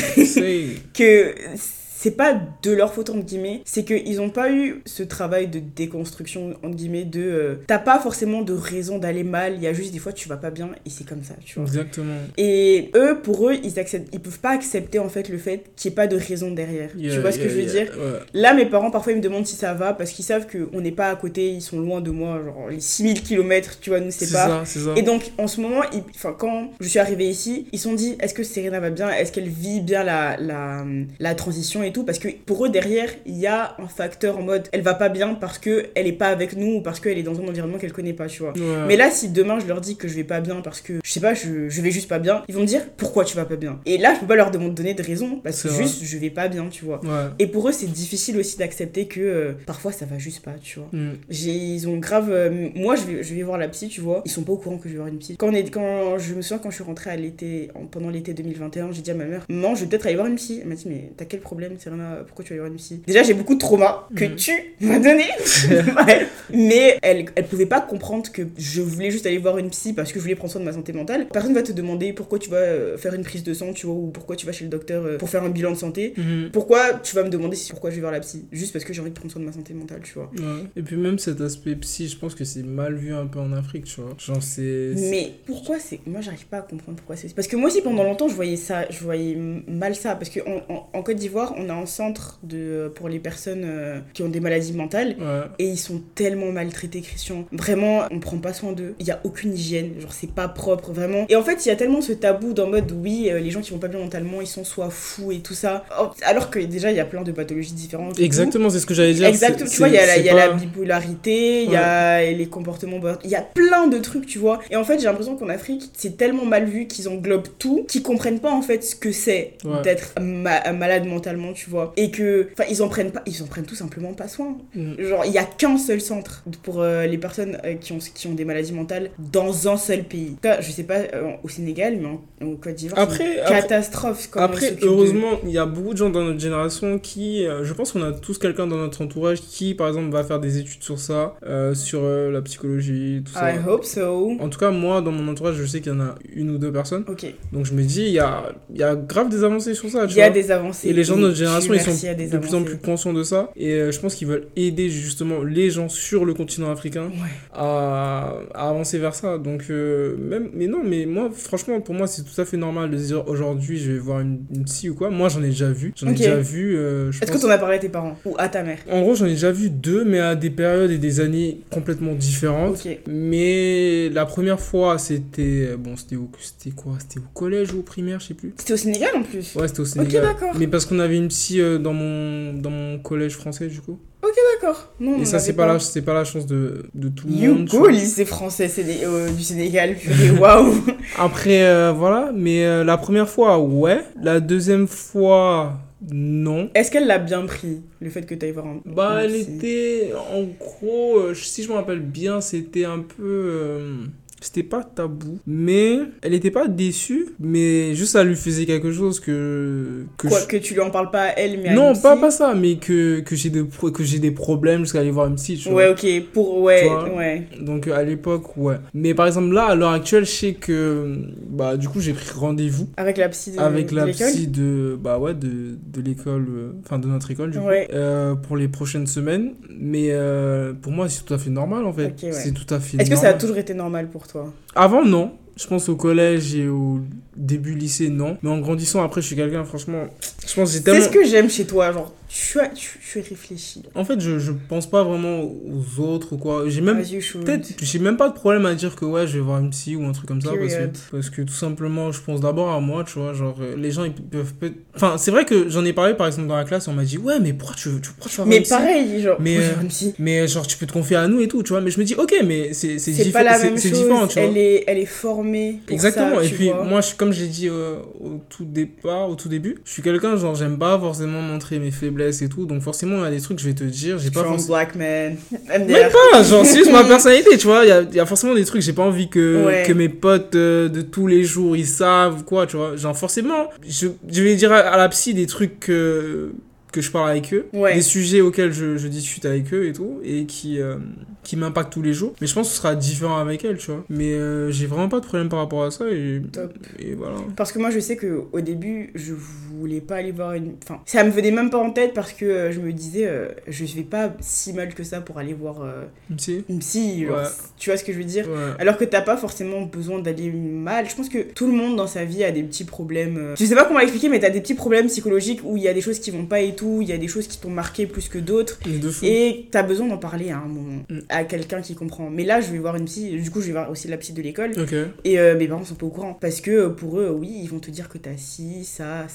que c'est pas de leur faute, entre guillemets, c'est qu'ils ont pas eu ce travail de déconstruction, entre guillemets, t'as pas forcément de raison d'aller mal, il y a juste des fois tu vas pas bien et c'est comme ça, tu vois. Exactement. Et pour eux, ils peuvent pas accepter en fait le fait qu'il y ait pas de raison derrière. Tu vois ce que je veux dire? Ouais. Là, mes parents, parfois, ils me demandent si ça va parce qu'ils savent qu'on n'est pas à côté, ils sont loin de moi, genre les 6000 km, tu vois, nous c'est pas. C'est ça. Et donc, en ce moment, quand je suis arrivée ici, ils se sont dit, est-ce que Serena va bien? Est-ce qu'elle vit bien la transition et tout? Parce que pour eux, derrière, il y a un facteur en mode, elle va pas bien parce qu'elle est pas avec nous ou parce qu'elle est dans un environnement qu'elle connaît pas, tu vois. Ouais. Mais là, si demain je leur dis que je vais pas bien parce que, je sais pas, je vais juste pas bien, ils vont me dire, pourquoi tu vas pas bien? Et là, je peux pas leur donner de raison parce que juste, je vais pas bien, tu vois. Ouais. Et pour eux, c'est difficile aussi d'accepter que parfois ça va juste pas, tu vois. Ils ont grave. Moi, je vais voir la psy, tu vois. Ils sont pas au courant que je vais voir une psy. Je me souviens quand je suis rentrée pendant l'été 2021, j'ai dit à ma mère, maman, je vais peut-être aller voir une psy. Elle m'a dit, mais t'as quel problème, Serena? Pourquoi tu vas aller voir une psy? Déjà, j'ai beaucoup de traumas que tu m'as donné. Mais elle pouvait pas comprendre que je voulais juste aller voir une psy parce que je voulais prendre soin de ma santé mentale. Personne va te demander pourquoi tu vas faire une prise de sang, tu vois, ou pourquoi tu vas chez le docteur pour faire un bilan de santé. Pourquoi tu vas me demander pourquoi je vais voir la psy? Juste parce que j'ai envie de prendre soin de ma santé mentale, tu vois. Ouais. Et puis même cet aspect psy, je pense que c'est mal vu un peu en Afrique, tu vois. Genre Mais pourquoi c'est... Moi, j'arrive pas à comprendre pourquoi c'est... Parce que moi aussi, pendant longtemps, je voyais mal ça. Parce qu'en Côte d'Ivoire, on a un centre pour les personnes qui ont des maladies mentales. Ouais. Et ils sont tellement maltraités, Christian. Vraiment, on prend pas soin d'eux. Il y a aucune hygiène. Genre, c'est pas propre, vraiment. Et en fait, il y a tellement ce tabou dans mode, oui, les gens qui vont pas bien mentalement, ils sont soit fous et tout ça. Alors que déjà, il y a plein de pathologies différentes. Exactement, c'est ce que j'allais dire. Exactement. Tu vois, il y a la bipolarité, il y a les comportements... Il y a plein de trucs, tu vois. Et en fait, j'ai l'impression qu'en Afrique, c'est tellement mal vu qu'ils englobent tout, qu'ils comprennent pas, en fait, ce que c'est d'être malade mentalement, tu vois. Et que... Enfin, ils en prennent tout simplement pas soin. Genre, il y a qu'un seul centre pour les personnes qui ont des maladies mentales dans un seul pays. Je sais pas au Sénégal, mais en Côte d'Ivoire, c'est une catastrophe. Après, heureusement, il y a beaucoup de gens dans notre génération qui... je pense qu'on a tous quelqu'un dans notre entourage qui, par exemple, va faire des études sur ça, sur la psychologie, tout ça. I hope so. En tout cas, moi, dans mon entourage, je sais qu'il y en a une ou deux personnes. Ok. Donc je me dis, il y a grave des avancées sur ça, tu vois. Il y a des avancées. Et les gens de notre génération, ils sont de plus en plus conscients de ça. Et je pense qu'ils veulent aider justement les gens sur le continent africain à avancer vers ça. Donc, mais moi, franchement, pour moi, c'est tout à fait normal de se dire aujourd'hui, je vais voir une psy ou quoi. Moi, j'en ai déjà vu. Est-ce que t'en as parlé à tes parents ou à ta mère? En gros, j'en ai déjà vu deux, mais à des périodes et des années complètement différentes. Okay. Mais la première fois, c'était au collège ou au primaire, je sais plus. C'était au Sénégal en plus? Ouais, c'était au Sénégal. Ok, d'accord. Mais parce qu'on avait une psy dans mon collège français, du coup. Ok, d'accord. Non, et ça, c'est pas la chance de tout le monde. You go, lycée français du Sénégal. Waouh. Après, voilà. Mais la première fois, ouais. La deuxième fois... Non. Est-ce qu'elle l'a bien pris, le fait que tu ailles voir un... elle était... En gros, si je me rappelle bien, c'était un peu... C'était pas tabou, mais elle était pas déçue, mais juste ça lui faisait quelque chose que tu lui en parles pas à elle, mais à non, une pas ça, mais que j'ai des problèmes jusqu'à aller voir une psy, tu vois. Ouais, ok, ouais. Donc à l'époque, ouais. Mais par exemple là, à l'heure actuelle, je sais que du coup, j'ai pris rendez-vous avec la psy de l'école, enfin de notre école du coup, pour les prochaines semaines, mais pour moi, c'est tout à fait normal en fait. Okay, ouais. C'est tout à fait Est-ce normal. que ça a toujours été normal pour toi? Avant, non. Je pense au collège et au début lycée, non. Mais en grandissant, après, je suis quelqu'un, franchement... Je pense que j'ai tellement... C'est ce que j'aime chez toi, genre, tu es réfléchi. En fait, je pense pas vraiment aux autres ou quoi. J'ai même pas de problème à dire que ouais, je vais voir une psy ou un truc comme ça. Parce que tout simplement, je pense d'abord à moi, tu vois. Genre, les gens, ils peuvent... Enfin, c'est vrai que j'en ai parlé, par exemple, dans la classe, on m'a dit, ouais, mais pourquoi tu vas voir une psy? Mais pareil, genre, mais genre, tu peux te confier à nous et tout, tu vois. Mais je me dis, ok, mais c'est pas la même chose. différent, tu vois. Elle est formée. formée pour exactement. ça, Et puis vois. moi, comme j'ai dit au tout début, je suis quelqu'un, genre, j'aime pas forcément montrer mes faiblesses et tout, donc forcément, il y a des trucs que je vais te dire, j'ai pas forcément... black man. Même pas, genre, c'est juste ma personnalité, tu vois, il y a forcément des trucs, j'ai pas envie que mes potes de tous les jours, ils savent, quoi, tu vois, genre, forcément, je vais dire à la psy des trucs que je parle avec eux, des sujets auxquels je discute avec eux et tout, et qui m'impactent tous les jours. Mais je pense que ce sera différent avec elle, tu vois. Mais j'ai vraiment pas de problème par rapport à ça, et voilà. Parce que moi, je sais qu'au début, je voulais pas aller voir une... Enfin, ça me venait même pas en tête parce que je me disais, je vais pas si mal que ça pour aller voir une psy. Genre, tu vois ce que je veux dire? Alors que t'as pas forcément besoin d'aller mal. Je pense que tout le monde dans sa vie a des petits problèmes. Je sais pas comment expliquer, mais t'as des petits problèmes psychologiques où il y a des choses qui vont pas et tout, il y a des choses qui t'ont marqué plus que d'autres. Et t'as besoin d'en parler à un moment à quelqu'un qui comprend. Mais là, je vais voir une psy, du coup, je vais voir aussi la psy de l'école. Et mes parents sont pas au courant. Parce que pour eux, oui, ils vont te dire que t'as ci, ça,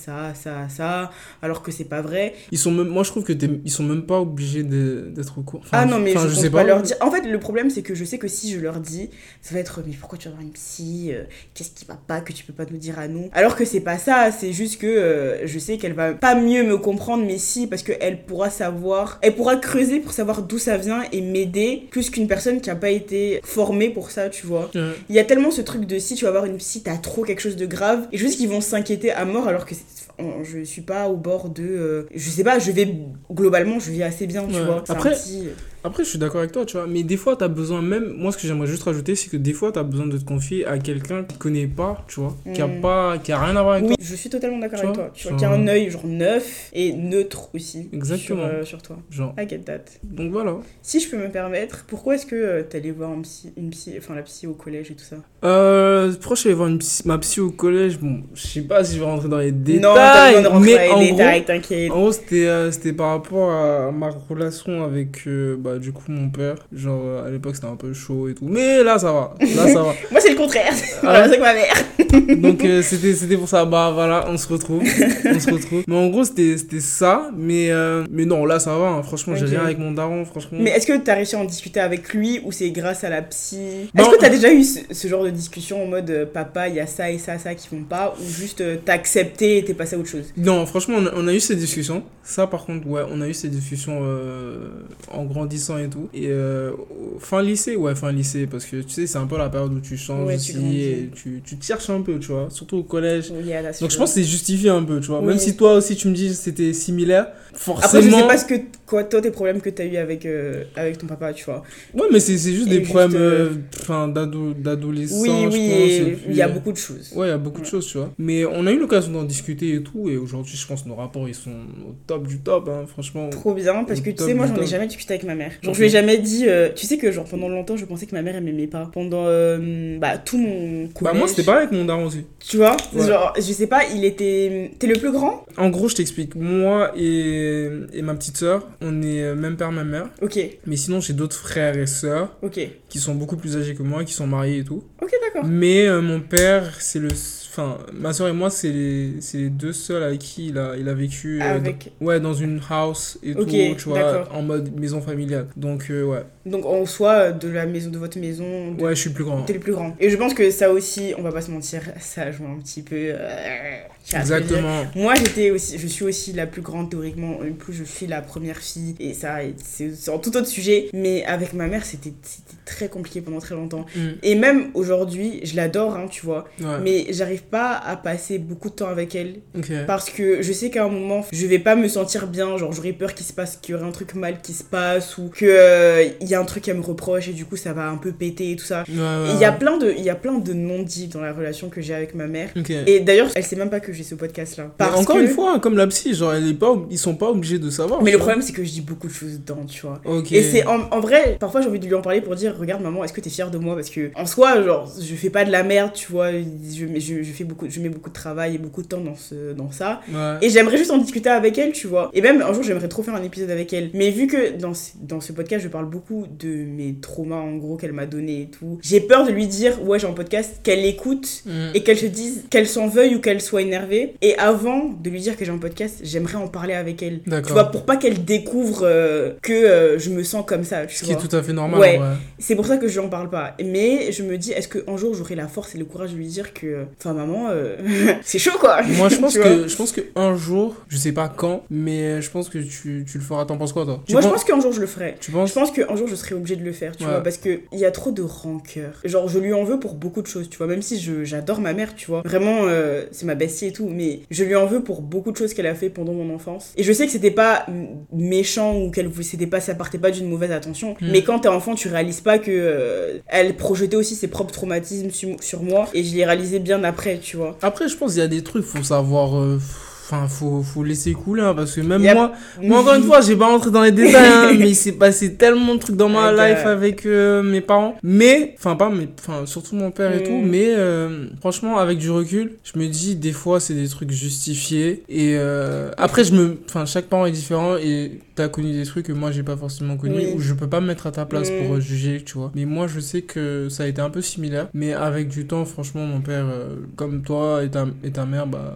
alors que c'est pas vrai. Moi, je trouve que ils sont même pas obligés d'être au courant. Enfin, non, mais je sais pas leur dire. En fait, le problème, c'est que je sais que si je leur dis, ça va être, mais pourquoi tu vas voir une psy, qu'est-ce qui va pas, que tu peux pas nous dire à nous? Alors que c'est pas ça, c'est juste que je sais qu'elle va pas mieux me comprendre, mais si, parce qu'elle pourra savoir, elle pourra creuser pour savoir d'où ça vient et m'aider, plus qu'une personne qui a pas été formée pour ça, tu vois. Il y a tellement ce truc de si tu vas voir une psy, t'as trop quelque chose de grave, et juste qu'ils vont s'inquiéter à mort, alors que je suis pas au bord de... je sais pas, globalement, je vis assez bien, tu vois. Après, je suis d'accord avec toi, tu vois, mais des fois, t'as besoin même... Moi, ce que j'aimerais juste rajouter, c'est que des fois, t'as besoin de te confier à quelqu'un que tu connais pas, tu vois, qui a rien à voir avec toi. Oui, je suis totalement d'accord avec toi. Tu vois, qui a un œil, genre, neuf et neutre aussi. Exactement. Sur toi. Genre. I get that. Donc, voilà. Si je peux me permettre, pourquoi est-ce que t'allais voir la psy au collège et tout ça? Pourquoi je suis allé voir ma psy au collège? Bon, je sais pas si je vais rentrer dans les détails. Non, t'as besoin de rentrer dans les détails, t'inquiète. En gros, c'était par rapport à ma relation avec, du coup, mon père. Genre, à l'époque, c'était un peu chaud et tout. Mais là, ça va. Moi, c'est le contraire. C'est avec ma mère. Donc, c'était pour ça. Bah, voilà, on se retrouve. Mais en gros, c'était ça. Mais non, là, ça va. Hein. Franchement, j'ai rien avec mon daron, franchement. Mais est-ce que t'as réussi à en discuter avec lui ou c'est grâce à la psy? Est-ce que t'as déjà eu ce genre de discussion en mode papa, il y a ça et ça qui vont pas, ou juste t'as accepté et t'es passé à autre chose? Non, franchement, on a eu ces discussions. Ça, par contre, ouais, on a eu ces discussions en grandissant et tout. Et fin lycée, parce que tu sais, c'est un peu la période où tu changes aussi et tu te cherches un peu, tu vois, surtout au collège. Donc je pense que c'est justifié un peu, tu vois. Même si toi aussi tu me dis que c'était similaire, forcément. Après, je sais pas toi, tes problèmes que t'as eu avec ton papa, tu vois. Ouais, mais c'est juste des problèmes d'adolescence. Oui, il y a beaucoup de choses. Ouais, il y a beaucoup de choses, tu vois. Mais on a eu l'occasion d'en discuter et tout, et aujourd'hui, je pense que nos rapports, ils sont au top du top, hein, franchement. Trop bien, parce que tu sais, moi, j'en ai jamais discuté avec ma mère. Genre, je lui ai jamais dit... tu sais que, genre, pendant longtemps, je pensais que ma mère, elle m'aimait pas. Pendant tout mon collège. Bah, moi, c'était pareil avec mon daron aussi. Tu vois, genre, je sais pas, t'es le plus grand? En gros, je t'explique. Moi et ma petite sœur, on est même père, même mère. Ok. Mais sinon, j'ai d'autres frères et sœurs. Ok. Qui sont beaucoup plus âgés que moi, qui sont mariés et tout. Ok, d'accord. Mais mon père, c'est le... Enfin, ma soeur et moi, c'est les deux seuls avec qui il a vécu dans une house et tout, tu vois, en mode maison familiale. Donc, ouais. Donc, en soi, de votre maison... Ouais, je suis le plus grand. T'es le plus grand. Et je pense que ça aussi, on va pas se mentir, ça joue un petit peu... Exactement. Moi, je suis aussi la plus grande théoriquement. En plus, je suis la première fille. Et ça, c'est un tout autre sujet. Mais avec ma mère, c'était très compliqué pendant très longtemps. Et même aujourd'hui, je l'adore, hein, tu vois. Ouais. Mais j'arrive pas à passer beaucoup de temps avec elle. Parce que je sais qu'à un moment, je vais pas me sentir bien. Genre, j'aurais peur qu'il y aurait un truc mal qui se passe. Ou qu'il y a un truc qu'elle me reproche. Et du coup, ça va un peu péter et tout ça. Il y a plein de non-dits dans la relation que j'ai avec ma mère. Et d'ailleurs, elle sait même pas que j'ai ce podcast là. Encore une fois, comme la psy, genre ils sont pas obligés de savoir. Mais le problème c'est que je dis beaucoup de choses dedans, tu vois. Et c'est en vrai, parfois j'ai envie de lui en parler pour dire regarde maman, est-ce que t'es fière de moi? Parce que en soi, genre je fais pas de la merde, tu vois, je je mets beaucoup de travail et beaucoup de temps dans ça. Ouais. Et j'aimerais juste en discuter avec elle, tu vois. Et même un jour, j'aimerais trop faire un épisode avec elle. Mais vu que dans ce podcast, je parle beaucoup de mes traumas, en gros, qu'elle m'a donné et tout, j'ai peur de lui dire, ouais, j'ai un podcast, qu'elle l'écoute et qu'elle se dise, qu'elle s'en veuille ou qu'elle soit énervée. Et avant de lui dire que j'ai un podcast, j'aimerais en parler avec elle. D'accord. Tu vois, pour pas qu'elle découvre que je me sens comme ça, tu vois. Ce qui est tout à fait normal. Ouais. C'est pour ça que je n'en parle pas. Mais je me dis, est-ce qu'un jour, j'aurai la force et le courage de lui dire que, enfin, maman, c'est chaud, quoi. Moi, je pense que un jour, je sais pas quand, mais je pense que tu le feras. T'en penses quoi, toi? Moi, je pense qu'un jour, je le ferai. Tu penses? Je pense qu'un jour, je serai obligée de le faire, tu vois, parce qu'il y a trop de rancœur. Genre, je lui en veux pour beaucoup de choses, tu vois, même si j'adore ma mère, tu vois. Vraiment, c'est ma bestie et tout, mais je lui en veux pour beaucoup de choses qu'elle a fait pendant mon enfance. Et je sais que c'était pas méchant ou ça partait pas d'une mauvaise intention, mais quand t'es enfant, tu réalises pas que elle projetait aussi ses propres traumatismes sur moi, et je l'ai réalisé bien après, tu vois. Après, je pense qu'il y a des trucs, faut savoir... Enfin, faut laisser couler, hein, parce que même moi, encore une fois, j'ai pas rentré dans les détails, hein, mais il s'est passé tellement de trucs dans ma life avec mes parents. Mais, surtout mon père et tout, mais franchement, avec du recul, je me dis, des fois, c'est des trucs justifiés. Et après, chaque parent est différent et t'as connu des trucs que moi, j'ai pas forcément connus, où je peux pas me mettre à ta place pour juger, tu vois. Mais moi, je sais que ça a été un peu similaire. Mais avec du temps, franchement, mon père, comme toi et ta mère, bah,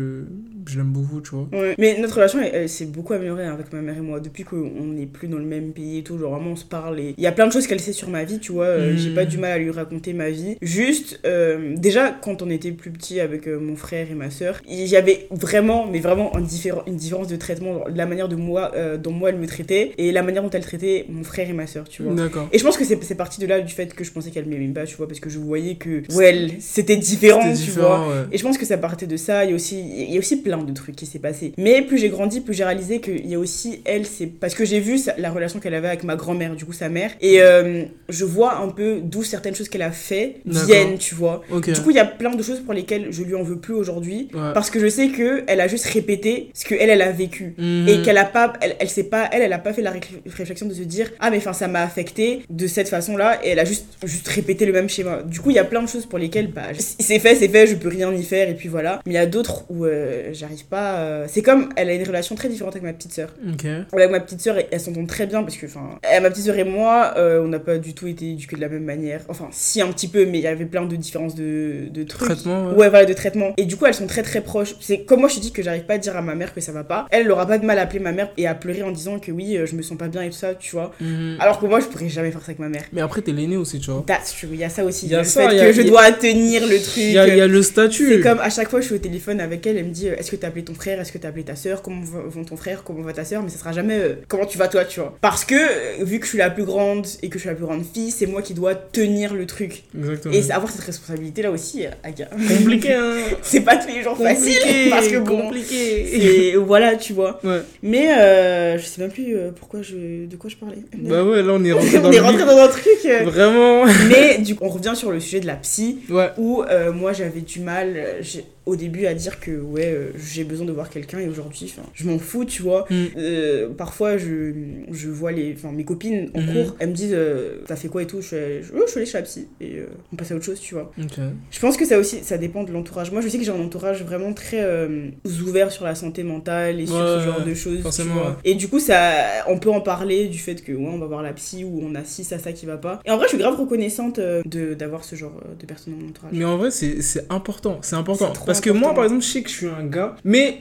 je l'aime beaucoup, tu vois. Ouais. Mais notre relation, elle s'est beaucoup améliorée avec ma mère et moi depuis qu'on n'est plus dans le même pays et tout. Genre vraiment, on se parle et il y a plein de choses qu'elle sait sur ma vie, tu vois. J'ai pas du mal à lui raconter ma vie. Juste, déjà, quand on était plus petit avec mon frère et ma soeur, il y avait vraiment, mais vraiment une différence de traitement, genre, de la manière dont moi elle me traitait et la manière dont elle traitait mon frère et ma soeur, tu vois. D'accord. Et je pense que c'est parti de là, du fait que je pensais qu'elle m'aimait pas, tu vois, parce que je voyais que, c'était différent, tu vois. Ouais. Et je pense que ça partait de ça. Il y a aussi plein de trucs qui s'est passé. Mais plus j'ai grandi, plus j'ai réalisé qu'il y a aussi elle, c'est parce que j'ai vu la relation qu'elle avait avec ma grand-mère, du coup sa mère, et je vois un peu d'où certaines choses qu'elle a fait viennent, tu vois. Okay. Du coup, il y a plein de choses pour lesquelles je lui en veux plus aujourd'hui, parce que je sais que elle a juste répété ce que elle a vécu et qu'elle a pas, elle sait pas, elle a pas fait la réflexion de se dire ah mais enfin ça m'a affecté de cette façon-là, et elle a juste répété le même schéma. Du coup, il y a plein de choses pour lesquelles c'est fait, je peux rien y faire, et puis voilà. Mais il y a d'autres où j'arrive pas. C'est comme elle a une relation très différente avec ma petite sœur. Avec ma petite sœur, elle s'entend très bien parce que ma petite sœur et moi, on n'a pas du tout été éduqués de la même manière. Enfin, si un petit peu, mais il y avait plein de différences de trucs. Traitement, ouais, voilà, de traitement. Et du coup, elles sont très très proches. C'est comme moi, je te dis que j'arrive pas à dire à ma mère que ça va pas. Elle aura pas de mal à appeler ma mère et à pleurer en disant que oui, je me sens pas bien et tout ça, tu vois. Alors que moi, je pourrais jamais faire ça avec ma mère. Mais après, t'es l'aîné aussi, tu vois. That's true, il y a ça aussi. Il y a le fait que je dois tenir le truc. Il y a le statut. C'est comme à chaque fois, je suis au téléphone avec elle, elle me dit est-ce que t'as appelé ton frère, est-ce que t'as appelé ta soeur, comment va ton frère, comment va ta soeur, mais ça sera jamais comment tu vas toi, tu vois. Parce que vu que je suis la plus grande et que je suis la plus grande fille, c'est moi qui dois tenir le truc. Exactement. Et avoir cette responsabilité là aussi, compliqué, hein. C'est pas tous les jours facile parce que bon, compliqué. Et voilà, tu vois. Ouais. Mais je sais même plus de quoi je parlais. Bah ouais, là on est rentré dans un truc. Vraiment. Mais du coup, on revient sur le sujet de la psy, où moi j'avais du mal au début à dire que j'ai besoin de voir quelqu'un, et aujourd'hui je m'en fous, tu vois. Parfois je vois mes copines en cours, elles me disent t'as fait quoi et tout, je suis allée chez la psy et on passe à autre chose, tu vois. Je pense que ça aussi, ça dépend de l'entourage. Moi je sais que j'ai un entourage vraiment très ouvert sur la santé mentale et sur ce genre de choses, forcément, tu vois. Et du coup on peut en parler du fait que on va voir la psy, ou on a ça qui va pas, et en vrai je suis grave reconnaissante d'avoir ce genre de personnes dans mon entourage. Mais en vrai c'est important parce que moi par exemple je sais que je suis un gars, mais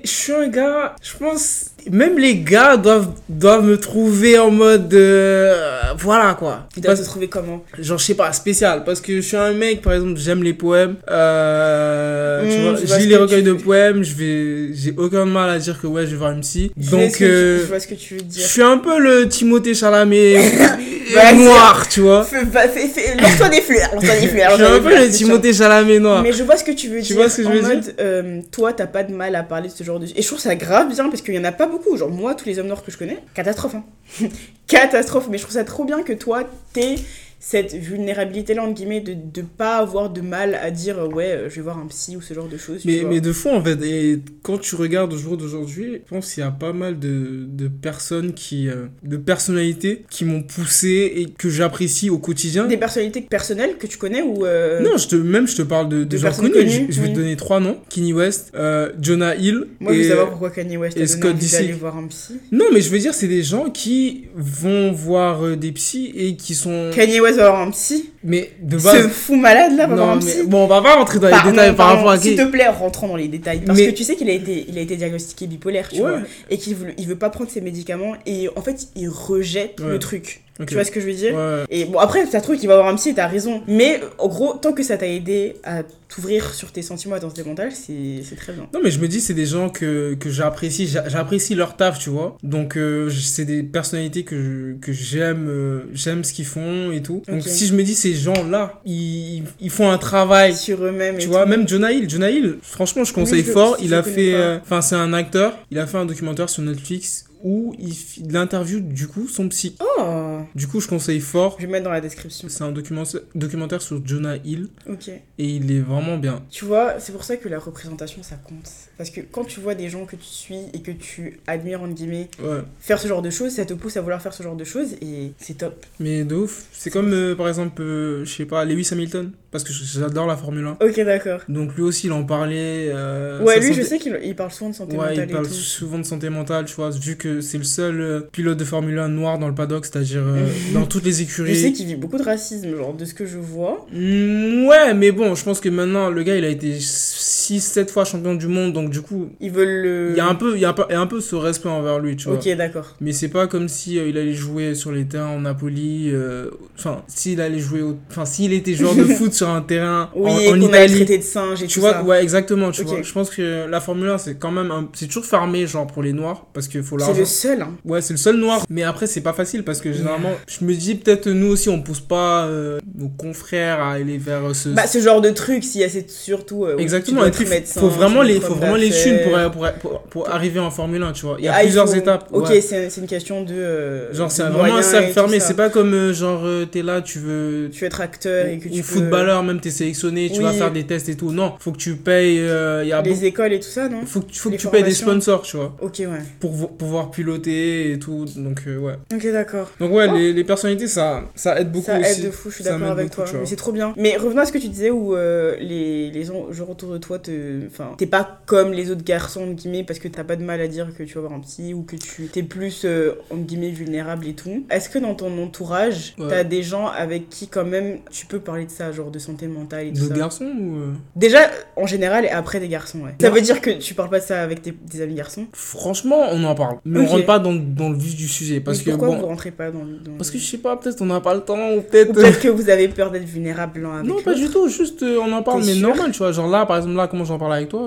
je pense même les gars doivent me trouver en mode voilà quoi. Ils doivent te trouver comment? Genre je sais pas, spécial, parce que je suis un mec, par exemple j'aime les poèmes, tu vois, je lis les recueils de poèmes, j'ai aucun mal à dire que je vais voir une psy. Donc je vois ce que tu veux dire. Je suis un peu le Timothée Chalamet noir, tu vois. Lance-toi des fleurs. Je suis un peu le Timothée Chalamet noir. Mais je vois ce que tu veux dire. Tu vois ce que je veux dire? Toi t'as pas de mal à parler de ce genre de... Et je trouve ça grave bien, parce qu'il y en a pas beaucoup. Genre moi, tous les hommes noirs que je connais, catastrophe, hein. Catastrophe. Mais je trouve ça trop bien que toi t'aies cette vulnérabilité-là, entre guillemets, de pas avoir de mal à dire ouais, je vais voir un psy ou ce genre de choses. Mais de fond, en fait, et quand tu regardes au jour d'aujourd'hui, je pense qu'il y a pas mal de personnes de personnalités qui m'ont poussé et que j'apprécie au quotidien. Des personnalités personnelles que tu connais ou Non, je te parle de gens connus. Je vais te donner 3 noms. Kanye West, Jonah Hill. Moi, je veux savoir pourquoi Kanye West a donné envie d'aller voir un psy. Non, mais je veux dire, c'est des gens qui vont voir des psys et qui sont... Kanye West va voir un psy? Mais de base... Ce fou malade là va voir un psy? Bon, on va pas rentrer dans les détails par rapport à... S'il te plaît, rentrons dans les détails. Parce que tu sais qu'il a été diagnostiqué bipolaire, tu vois. Et qu'il veut pas prendre ses médicaments. Et en fait, il rejette le truc. Okay. Tu vois ce que je veux dire? Et bon, après, ça se trouve qu'il va avoir un psy et t'as raison. Mais en gros, tant que ça t'a aidé à t'ouvrir sur tes sentiments et ta santé mentale, c'est très bien. Non, mais je me dis, c'est des gens que j'apprécie. J'apprécie leur taf, tu vois. Donc, c'est des personnalités que j'aime. J'aime ce qu'ils font et tout. Donc, si je me dis, ces gens-là, ils font un travail sur eux-mêmes. Tu vois, même Jonah Hill, franchement, je conseille fort. Il a fait... Enfin, c'est un acteur. Il a fait un documentaire sur Netflix où il interviewe du coup son psy. Oh. Du coup, je conseille fort. Je vais mettre dans la description. C'est un documentaire sur Jonah Hill. Ok. Et il est vraiment bien. Tu vois, c'est pour ça que la représentation, ça compte. Parce que quand tu vois des gens que tu suis et que tu admires, entre guillemets, faire ce genre de choses, ça te pousse à vouloir faire ce genre de choses et c'est top. Mais de ouf. C'est comme, par exemple, je sais pas, Lewis Hamilton. Parce que j'adore la Formule 1. Ok, d'accord. Donc lui aussi, il en parlait. Ouais, lui, je sais qu'il parle souvent de santé mentale. Ouais, il parle souvent de santé mentale, tu vois, vu que c'est le seul pilote de Formule 1 noir dans le paddock, c'est-à-dire dans toutes les écuries. Je sais qu'il vit beaucoup de racisme, genre, de ce que je vois. Ouais, mais bon, je pense que maintenant, le gars, il a été 6-7 fois champion du monde, donc du coup... Ils veulent le... Il y a un peu ce respect envers lui, tu vois. Ok, d'accord. Mais c'est pas comme si il allait jouer sur les terrains en Napoli, enfin, s'il allait jouer s'il était joueur de foot sur un terrain en Italie, traité de singe et tu tout vois, ça. ouais, exactement, tu vois. Je pense que la Formule 1, c'est quand même c'est toujours fermé, genre, pour les noirs, parce qu'il faut l'argent. C'est le seul, hein. Ouais, c'est le seul noir. Mais après, c'est pas facile, parce que généralement, je me dis, peut-être nous aussi, on pousse pas nos confrères à aller vers ce genre de truc, s'il y a surtout... exactement, et puis, faut vraiment les thunes pour arriver en Formule 1, tu vois. Il y a plusieurs étapes. Ok, ouais. c'est une question de... genre, c'est vraiment un cercle fermé. C'est pas comme, genre, t'es là, tu veux être acteur et que tu ou footballeur, même t'es sélectionné, tu vas faire des tests et tout. Non, faut que tu payes... les écoles et tout ça, non? Faut que tu payes des sponsors, tu vois. Ok, ouais. Pour pouvoir piloter et tout, donc ouais. Ok, d'accord. Donc ouais, les personnalités, ça aide beaucoup aussi. Ça aide de fou, je suis d'accord avec toi. Mais c'est trop bien. Mais revenons à ce que tu disais où les gens autour de toi t'es pas comme les autres garçons, entre guillemets, parce que t'as pas de mal à dire que tu vas voir un psy ou que t'es plus, entre guillemets, vulnérable et tout. Est-ce que dans ton entourage, t'as des gens avec qui quand même tu peux parler de ça, genre de santé mentale et tout ça? D'autres garçons ou... Déjà, en général, et après des garçons, ouais. Ça veut dire que tu parles pas de ça avec des amis garçons? Franchement, on en parle. Mais on rentre pas dans le vif du sujet. Parce que pourquoi vous rentrez pas dans parce que je sais pas, peut-être on n'a pas le temps, ou peut-être... que vous avez peur d'être vulnérable avec non, pas du tout, juste on en parle, mais normal, tu vois. Genre là, par exemple, là, comment j'en parle avec toi,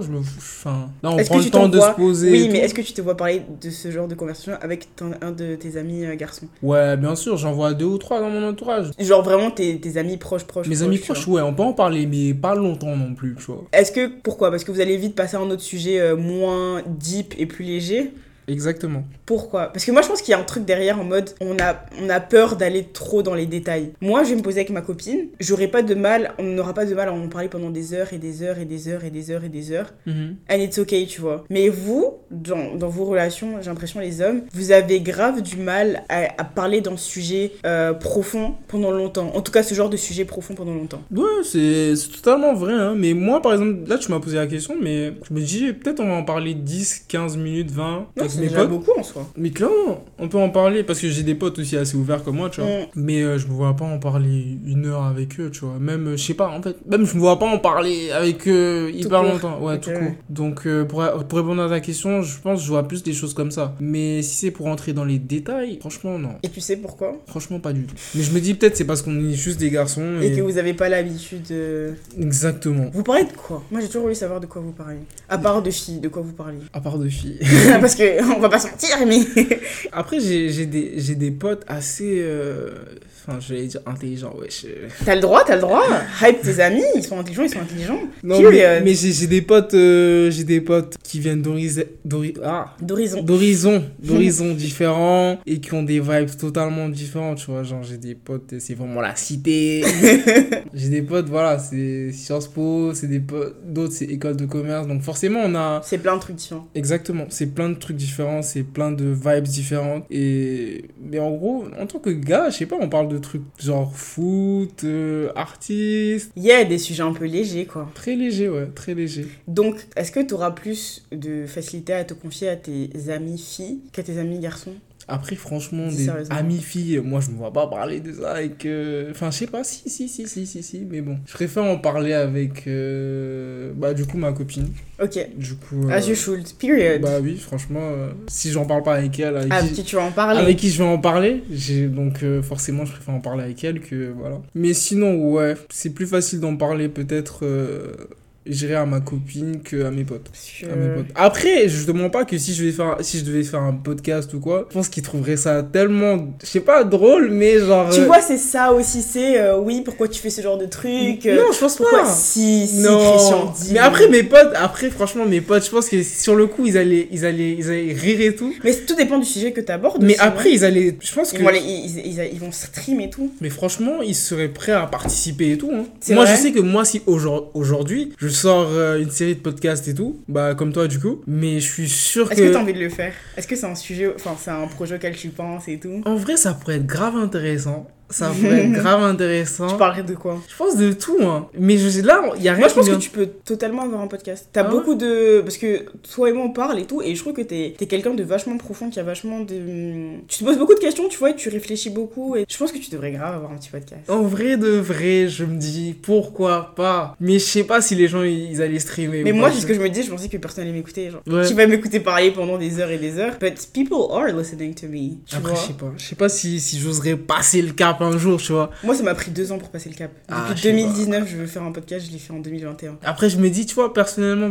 là, on prend le temps de se poser. Oui, mais est-ce que tu te vois parler de ce genre de conversation avec un de tes amis garçons? Ouais, bien sûr, j'en vois 2 ou 3 dans mon entourage. Genre vraiment tes amis proches. Mes amis proches, ouais, on peut en parler, mais pas longtemps non plus, tu vois. Pourquoi? Parce que vous allez vite passer à un autre sujet moins deep et plus léger? Exactement. Pourquoi? Parce que moi, je pense qu'il y a un truc derrière en mode on a peur d'aller trop dans les détails. Moi, je vais me poser avec ma copine, on n'aura pas de mal à en parler pendant des heures et des heures et des heures et des heures et des heures. And it's okay, tu vois. Mais vous, dans vos relations, j'ai l'impression, les hommes, vous avez grave du mal à parler d'un sujet profond pendant longtemps. En tout cas, ce genre de sujet profond pendant longtemps. Ouais, c'est totalement vrai, hein. Mais moi, par exemple, là, tu m'as posé la question, mais je me dis, peut-être on va en parler 10, 15 minutes, 20. Non, c'est déjà beaucoup en soi. Mais clairement, on peut en parler parce que j'ai des potes aussi assez ouverts comme moi, tu vois. Mais je me vois pas en parler 1 heure avec eux, tu vois. Même, je sais pas, en fait. Même, je me vois pas en parler avec eux hyper longtemps. Ouais, tout court. Donc, pour répondre à ta question, je pense que je vois plus des choses comme ça. Mais si c'est pour entrer dans les détails, franchement, non. Et tu sais pourquoi? Franchement, pas du tout. Mais je me dis peut-être c'est parce qu'on est juste des garçons. Et que vous avez pas l'habitude. Exactement. Vous parlez de quoi? Moi, j'ai toujours voulu savoir de quoi vous parlez. À part de filles, de quoi vous parlez? À part de filles. Parce que On va pas se mentir, mais... Après, j'ai des potes assez... Enfin, j'allais dire intelligents, wesh. T'as le droit. Hype tes amis, ils sont intelligents. Non, mais j'ai des potes qui viennent d'horizons différents et qui ont des vibes totalement différentes, tu vois. Genre, j'ai des potes, c'est vraiment la cité. J'ai des potes, voilà, c'est Sciences Po, c'est des potes, d'autres, c'est école de commerce. Donc, forcément, on a... C'est plein de trucs différents. Exactement, c'est plein de trucs différents, c'est plein de vibes différentes. Mais en gros, en tant que gars, je sais pas, on parle de trucs genre foot, artistes. Il y a des sujets un peu légers, quoi. Très léger, ouais, très léger. Donc, est-ce que tu auras plus de facilité à te confier à tes amis filles qu'à tes amis garçons? Après, franchement, des amis filles, moi, je me vois pas parler de ça avec... Enfin, je sais pas, si, mais bon. Je préfère en parler avec, du coup, ma copine. Ok. Du coup... As you should, period. Bah oui, franchement, si j'en parle pas avec elle... Avec qui tu vas en parler. Avec qui je vais en parler. Donc, forcément, je préfère en parler avec elle que... Voilà. Mais sinon, ouais, c'est plus facile d'en parler, peut-être... j'irai à ma copine qu'à mes potes. Après, je te mens pas que si je devais faire un podcast ou quoi, je pense qu'ils trouveraient ça tellement, je sais pas, drôle, mais genre... Tu vois, c'est ça aussi, c'est oui, pourquoi tu fais ce genre de truc Non, je pense pas. Si, non. Christian dit... Mais après, franchement, mes potes, je pense que sur le coup, ils allaient rire et tout. Mais tout dépend du sujet que t'abordes. Mais aussi, après, je pense que... Ils vont stream et tout. Mais franchement, ils seraient prêts à participer et tout. Hein. Moi, je sais que moi, si aujourd'hui, je sors une série de podcasts et tout, bah comme toi du coup, mais je suis sûr Est-ce que t'as envie de le faire? Est-ce que c'est un sujet, enfin c'est un projet auquel tu penses et tout? En vrai, ça pourrait être grave intéressant. Ça pourrait être grave intéressant. Tu parlerais de quoi? Je pense de tout, hein. Mais là, il y a rien. Moi, je pense que tu peux totalement avoir un podcast. T'as beaucoup de... Parce que toi et moi, on parle et tout, et je trouve que t'es quelqu'un de vachement profond, qui a vachement de... Tu te poses beaucoup de questions, tu vois, et tu réfléchis beaucoup, et je pense que tu devrais grave avoir un petit podcast. En vrai de vrai, je me dis, pourquoi pas? Mais je sais pas si les gens, ils allaient streamer. Mais moi, c'est ce que je me dis, je pensais que personne allait m'écouter. Genre, tu vas m'écouter parler pendant des heures et des heures, but people are listening to me. Après, je sais pas si j'oserais passer le cap un jour, tu vois. Moi, ça m'a pris 2 ans pour passer le cap. Depuis 2019, je veux faire un podcast, je l'ai fait en 2021. Après, je me dis, tu vois, personnellement,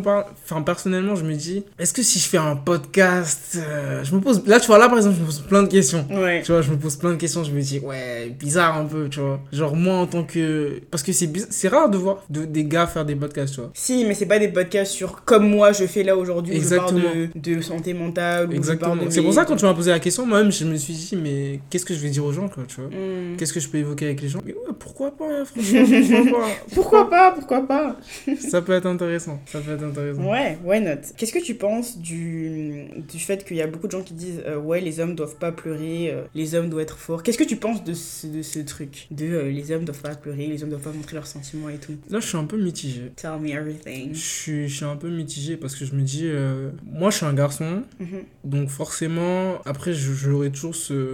je me dis, est-ce que si je fais un podcast, je me pose, là, tu vois, là, par exemple, je me pose plein de questions. Ouais. Tu vois, je me pose plein de questions, je me dis, ouais, bizarre un peu, tu vois. Genre, moi, en tant que, parce que c'est rare de voir des gars faire des podcasts, tu vois. Si, mais c'est pas des podcasts sur, comme moi, je fais là aujourd'hui, où je parle de santé mentale. Exactement. C'est pour ça, quand tu m'as posé la question, moi-même, je me suis dit, mais qu'est-ce que je vais dire aux gens, quoi, tu vois. Qu'est-ce que je peux évoquer avec les gens? Mais ouais, pourquoi pas, franchement, pourquoi pas. Ça peut être intéressant. Ouais, why not? Qu'est-ce que tu penses du fait qu'il y a beaucoup de gens qui disent ouais, les hommes doivent pas pleurer, les hommes doivent être forts. Qu'est-ce que tu penses de ce truc les hommes doivent pas pleurer, les hommes doivent pas montrer leurs sentiments et tout? Là, je suis un peu mitigé. Tell me everything. Je suis un peu mitigé parce que je me dis moi, je suis un garçon, donc forcément, après, j'aurai toujours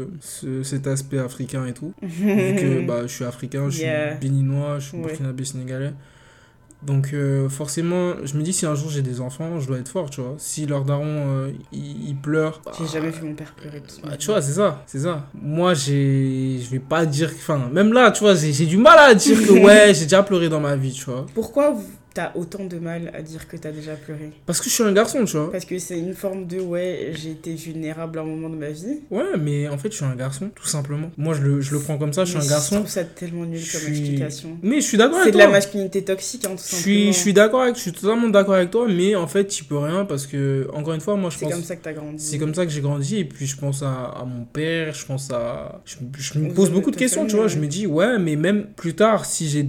cet aspect africain et tout. Vu que je suis africain, je suis béninois, je suis burkinabé, sénégalais. Donc forcément, je me dis, si un jour j'ai des enfants, je dois être fort, tu vois. Si leur daron, il pleure... J'ai jamais vu mon père pleurer. Tu vois, c'est ça. Moi, je vais pas dire... Enfin, même là, tu vois, j'ai du mal à dire que ouais, j'ai déjà pleuré dans ma vie, tu vois. Pourquoi t'as autant de mal à dire que t'as déjà pleuré? Parce que je suis un garçon, tu vois. Parce que c'est une forme de ouais, j'ai été vulnérable à un moment de ma vie. Ouais, mais en fait, je suis un garçon, tout simplement. Moi, je le prends comme ça, je suis un garçon. Je trouve ça tellement nul comme explication. Mais je suis d'accord avec toi. C'est de la masculinité toxique, hein, tout simplement. Je suis totalement d'accord avec toi, mais en fait, tu peux rien parce que, encore une fois, moi, je pense. C'est comme ça que t'as grandi. C'est comme ça que j'ai grandi, et puis je pense à mon père, je pense à. Je me pose beaucoup de questions, tu vois. Je me dis, ouais, mais même plus tard, si j'ai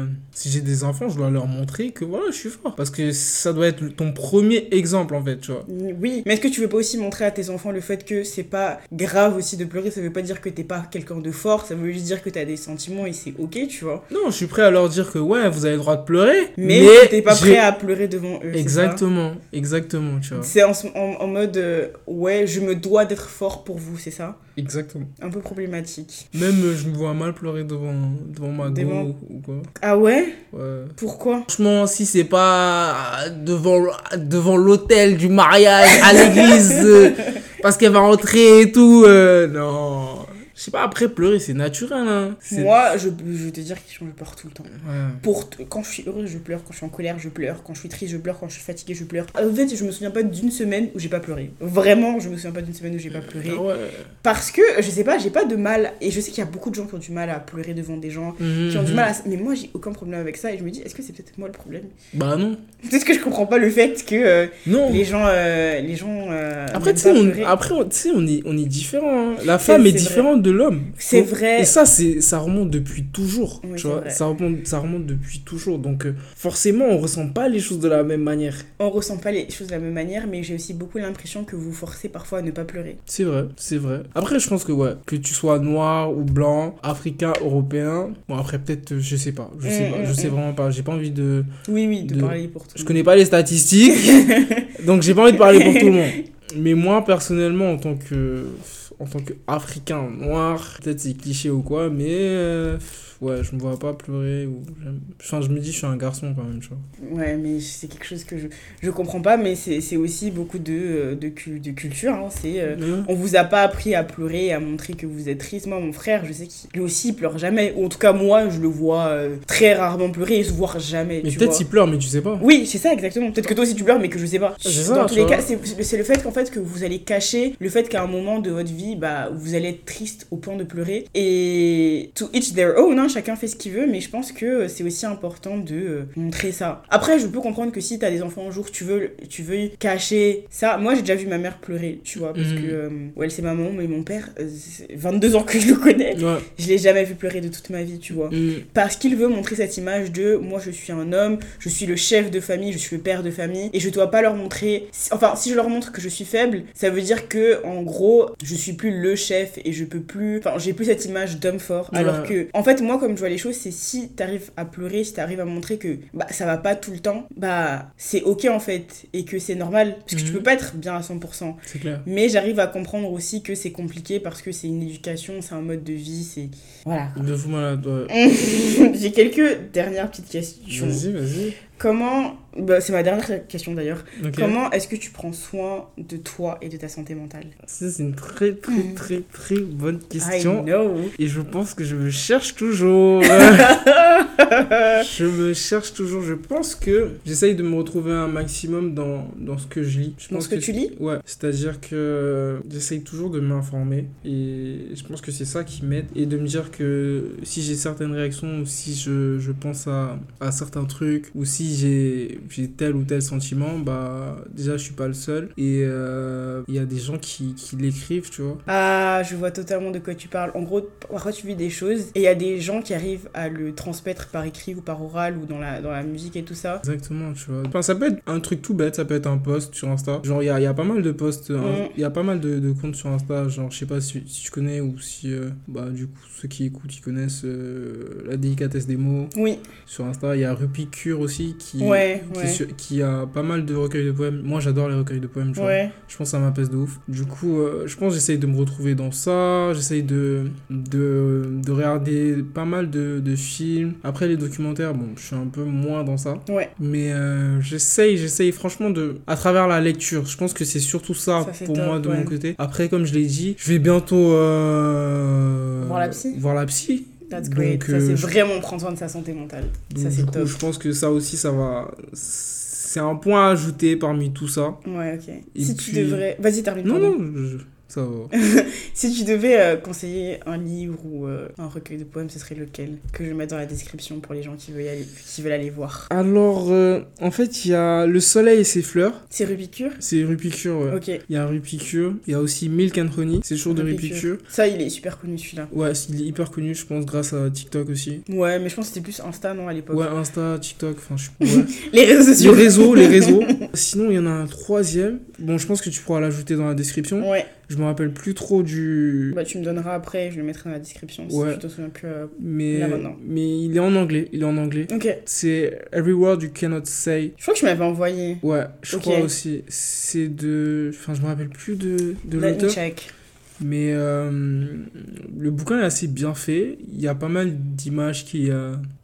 des enfants, je dois leur montrer que voilà, je suis fort. Parce que ça doit être ton premier exemple, en fait, tu vois. Oui, mais est-ce que tu veux pas aussi montrer à tes enfants le fait que c'est pas grave aussi de pleurer? Ça veut pas dire que t'es pas quelqu'un de fort, ça veut juste dire que t'as des sentiments et c'est ok, tu vois. Non, je suis prêt à leur dire que ouais, vous avez le droit de pleurer, mais t'es pas prêt à pleurer devant eux. Exactement, tu vois. C'est en mode ouais, je me dois d'être fort pour vous, c'est ça? Exactement. Un peu problématique. Même je me vois mal pleurer devant ma go ou quoi. Ah ouais? Ouais. Pourquoi? Franchement, si c'est pas devant l'hôtel du mariage à l'église parce qu'elle va rentrer et tout, non. Je sais pas, après, pleurer, c'est naturel, hein. Moi, je vais te dire que je pleure tout le temps. Ouais. Quand je suis heureuse, je pleure. Quand je suis en colère, je pleure. Quand je suis triste, je pleure. Quand je suis fatiguée, je pleure. En fait, je me souviens pas d'une semaine où j'ai pas pleuré. Vraiment, je me souviens pas d'une semaine où j'ai pas pleuré. Ouais. Parce que, je sais pas, j'ai pas de mal. Et je sais qu'il y a beaucoup de gens qui ont du mal à pleurer devant des gens, qui ont du mal à... Mais moi, j'ai aucun problème avec ça. Et je me dis, est-ce que c'est peut-être moi le problème? Bah non. Peut-être que je comprends pas le fait que non. les gens après, tu sais, on est différents. Hein. La femme est différente de l'homme. C'est vrai. Et ça remonte depuis toujours. Oui, tu vois, ça remonte depuis toujours. Donc, forcément, on ressent pas les choses de la même manière. On ressent pas les choses de la même manière, mais j'ai aussi beaucoup l'impression que vous forcez parfois à ne pas pleurer. C'est vrai. Après, je pense que, ouais, que tu sois noir ou blanc, africain, européen. Bon, après, peut-être, je sais pas. Je sais vraiment pas. J'ai pas envie de. Oui, de parler pour tout le monde. Je connais pas les statistiques. Donc, j'ai pas envie de parler pour tout le monde. Mais moi, personnellement, en tant qu'Africain noir, peut-être c'est cliché ou quoi, mais ouais, je me vois pas pleurer. Enfin, je me dis, je suis un garçon quand même, tu vois. Ouais, mais c'est quelque chose que je comprends pas, mais c'est aussi beaucoup de culture. Hein. On vous a pas appris à pleurer et à montrer que vous êtes triste. Moi, mon frère, je sais qu'il aussi, il pleure jamais. Ou en tout cas, moi, je le vois très rarement pleurer et se voir jamais. Mais peut-être qu'il pleure, mais tu sais pas. Oui, c'est ça, exactement. Peut-être que toi aussi tu pleures, mais que je sais pas. Dans tous les cas, c'est le fait qu'en fait, que vous allez cacher le fait qu'à un moment de votre vie, bah, vous allez être triste au point de pleurer. Et to each their own, hein, chacun fait ce qu'il veut, mais je pense que c'est aussi important de montrer ça. Après, je peux comprendre que si t'as des enfants un jour, tu veux cacher ça. Moi, j'ai déjà vu ma mère pleurer, tu vois, parce que ouais, c'est ma maman, mais mon père, 22 ans que je le connais, je l'ai jamais vu pleurer de toute ma vie, tu vois. Parce qu'il veut montrer cette image de moi, je suis un homme, je suis le chef de famille, je suis le père de famille, et je dois pas leur montrer. Enfin, si je leur montre que je suis faible, ça veut dire que, en gros, je suis plus le chef et je peux plus. Enfin, j'ai plus cette image d'homme fort. Alors que, en fait, moi, comme je vois les choses, c'est si t'arrives à pleurer, si t'arrives à montrer que bah, ça va pas tout le temps, bah, c'est ok en fait, et que c'est normal, parce que tu peux pas être bien à 100%. C'est clair. Mais j'arrive à comprendre aussi que c'est compliqué parce que c'est une éducation, c'est un mode de vie, c'est. Voilà. De fou malade, ouais. J'ai quelques dernières petites questions. Vas-y. Comment, bah, c'est ma dernière question d'ailleurs, Okay. Comment est-ce que tu prends soin de toi et de ta santé mentale? Ça, c'est une très bonne question. I know. Et je pense que je me cherche toujours. Je pense que j'essaye de me retrouver un maximum dans ce que je lis. Dans ce que tu lis? Ouais, c'est-à-dire que j'essaye toujours de m'informer. Et je pense que c'est ça qui m'aide. Et de me dire que si j'ai certaines réactions, ou si je pense à certains trucs, ou si j'ai tel ou tel sentiment, bah déjà je suis pas le seul. Et il y a des gens qui l'écrivent, tu vois. Ah, je vois totalement de quoi tu parles. En gros, parfois tu vis des choses et il y a des gens qui arrivent à le transmettre par écrit ou par oral ou dans la musique et tout ça. Exactement, tu vois. Enfin, ça peut être un truc tout bête, ça peut être un post sur Insta. Genre, il y a pas mal de posts, il y a pas mal de comptes sur Insta. Genre, je sais pas si tu connais ou si, bah, du coup, ceux qui écoutent, ils connaissent la délicatesse des mots. Oui. Sur Insta, il y a Rupicure aussi qui a pas mal de recueils de poèmes. Moi, j'adore les recueils de poèmes, tu vois. Je pense que ça m'apaise de ouf. Du coup, je pense que j'essaye de me retrouver dans ça. J'essaye de regarder pas mal de films. Après, les documentaires, bon, je suis un peu moins dans ça. Ouais. Mais j'essaye franchement à travers la lecture. Je pense que c'est surtout ça pour moi de mon côté. Après, comme je l'ai dit, je vais bientôt voir la psy. That's great. Ça, c'est vraiment prendre soin de sa santé mentale. Donc, ça, c'est top. Je pense que ça aussi, ça va... C'est un point à ajouter parmi tout ça. Ouais, ok. Si tu devrais... Vas-y, termine. Non, ça va. Si tu devais conseiller un livre ou un recueil de poèmes, ce serait lequel? Que je mette dans la description pour les gens qui veulent aller voir. Alors, en fait, il y a Le Soleil et ses fleurs. C'est Rupicure? C'est Rupicure, ouais. Ok. Il y a Rupicure. Il y a aussi Milk and Honey. C'est toujours de Rupicure. Ça, il est super connu, celui-là. Ouais, il est hyper connu, je pense, grâce à TikTok aussi. Ouais, mais je pense que c'était plus Insta, non, à l'époque? Ouais, Insta, TikTok, enfin, je sais pas. Ouais. Les réseaux sociaux. Les réseaux. Sinon, il y en a un troisième. Bon, je pense que tu pourras l'ajouter dans la description. Ouais. Je me rappelle plus trop du... Bah, tu me donneras après, je le mettrai dans la description si tu te souviens plus là maintenant. Mais il est en anglais. Ok. C'est Every Word You Cannot Say. Je crois que tu m'avais envoyé. Ouais, je crois aussi. C'est de... Enfin, je me rappelle plus de l'auteur. Let me check. Mais le bouquin est assez bien fait. Il y a pas mal d'images qui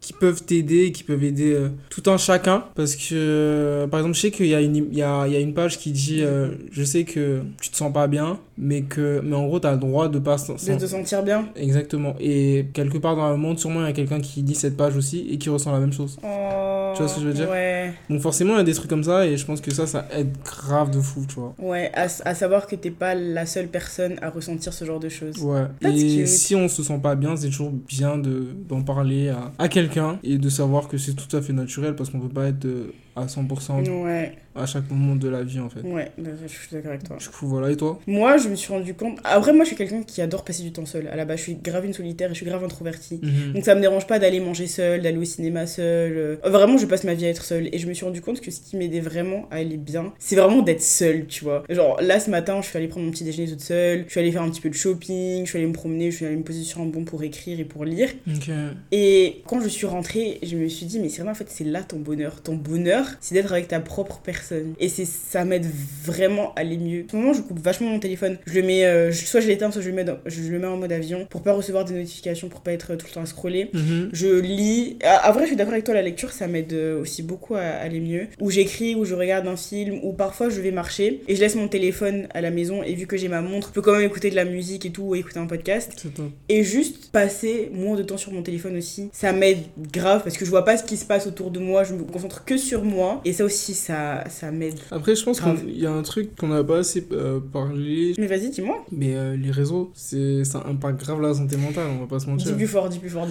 qui peuvent t'aider, qui peuvent aider tout un chacun. Parce que, par exemple, je sais qu'il y a une page qui dit je sais que tu te sens pas bien, mais en gros, t'as le droit de pas de te sentir bien. Exactement. Et quelque part dans le monde, sûrement, il y a quelqu'un qui lit cette page aussi et qui ressent la même chose. Oh, tu vois ce que je veux dire? Ouais. Donc forcément, il y a des trucs comme ça et je pense que ça aide grave de fou, tu vois. Ouais, à savoir que t'es pas la seule personne à ressentir ce genre de choses. Ouais. Et si on se sent pas bien, c'est toujours bien d'en parler à quelqu'un et de savoir que c'est tout à fait naturel parce qu'on peut pas être à 100% à chaque moment de la vie, en fait. Ouais, je suis d'accord avec toi. Du coup, voilà, et toi? Moi, je me suis rendu compte... Après, moi, je suis quelqu'un qui adore passer du temps seul. À la base, je suis grave une solitaire et je suis grave introvertie. Donc, ça me dérange pas d'aller manger seule, d'aller au cinéma seule. Vraiment, je passe ma vie à être seule. Et je me suis rendu compte que ce qui m'aidait vraiment à aller bien, c'est vraiment d'être seule, tu vois. Genre, là, ce matin, je suis allée prendre mon petit déjeuner toute seule. Je suis allée faire un petit peu de shopping. Je suis allée me promener. Je suis allée me poser sur un banc pour écrire et pour lire. Okay. Et quand je suis rentrée, je me suis dit, mais c'est vrai, en fait, c'est là ton bonheur. Ton bonheur, c'est d'être avec ta propre personne. Et ça m'aide vraiment à aller mieux. En ce moment, je coupe vachement mon téléphone. Je le mets, soit je l'éteins, soit je le mets en mode avion pour pas recevoir des notifications, pour pas être tout le temps à scroller. Je lis. À vrai, je suis d'accord avec toi, la lecture, ça m'aide aussi beaucoup à aller mieux. Ou j'écris, ou je regarde un film, ou parfois je vais marcher et je laisse mon téléphone à la maison. Et vu que j'ai ma montre, je peux quand même écouter de la musique et tout, ou écouter un podcast. C'est top. Et juste passer moins de temps sur mon téléphone aussi, ça m'aide grave parce que je vois pas ce qui se passe autour de moi, je me concentre que sur moi. Et ça aussi, ça m'aide. Après, je pense qu'il y a un truc qu'on n'a pas assez parlé. Mais vas-y, dis-moi. Mais les réseaux, ça impacte grave la santé mentale, on va pas se mentir. Dis plus fort.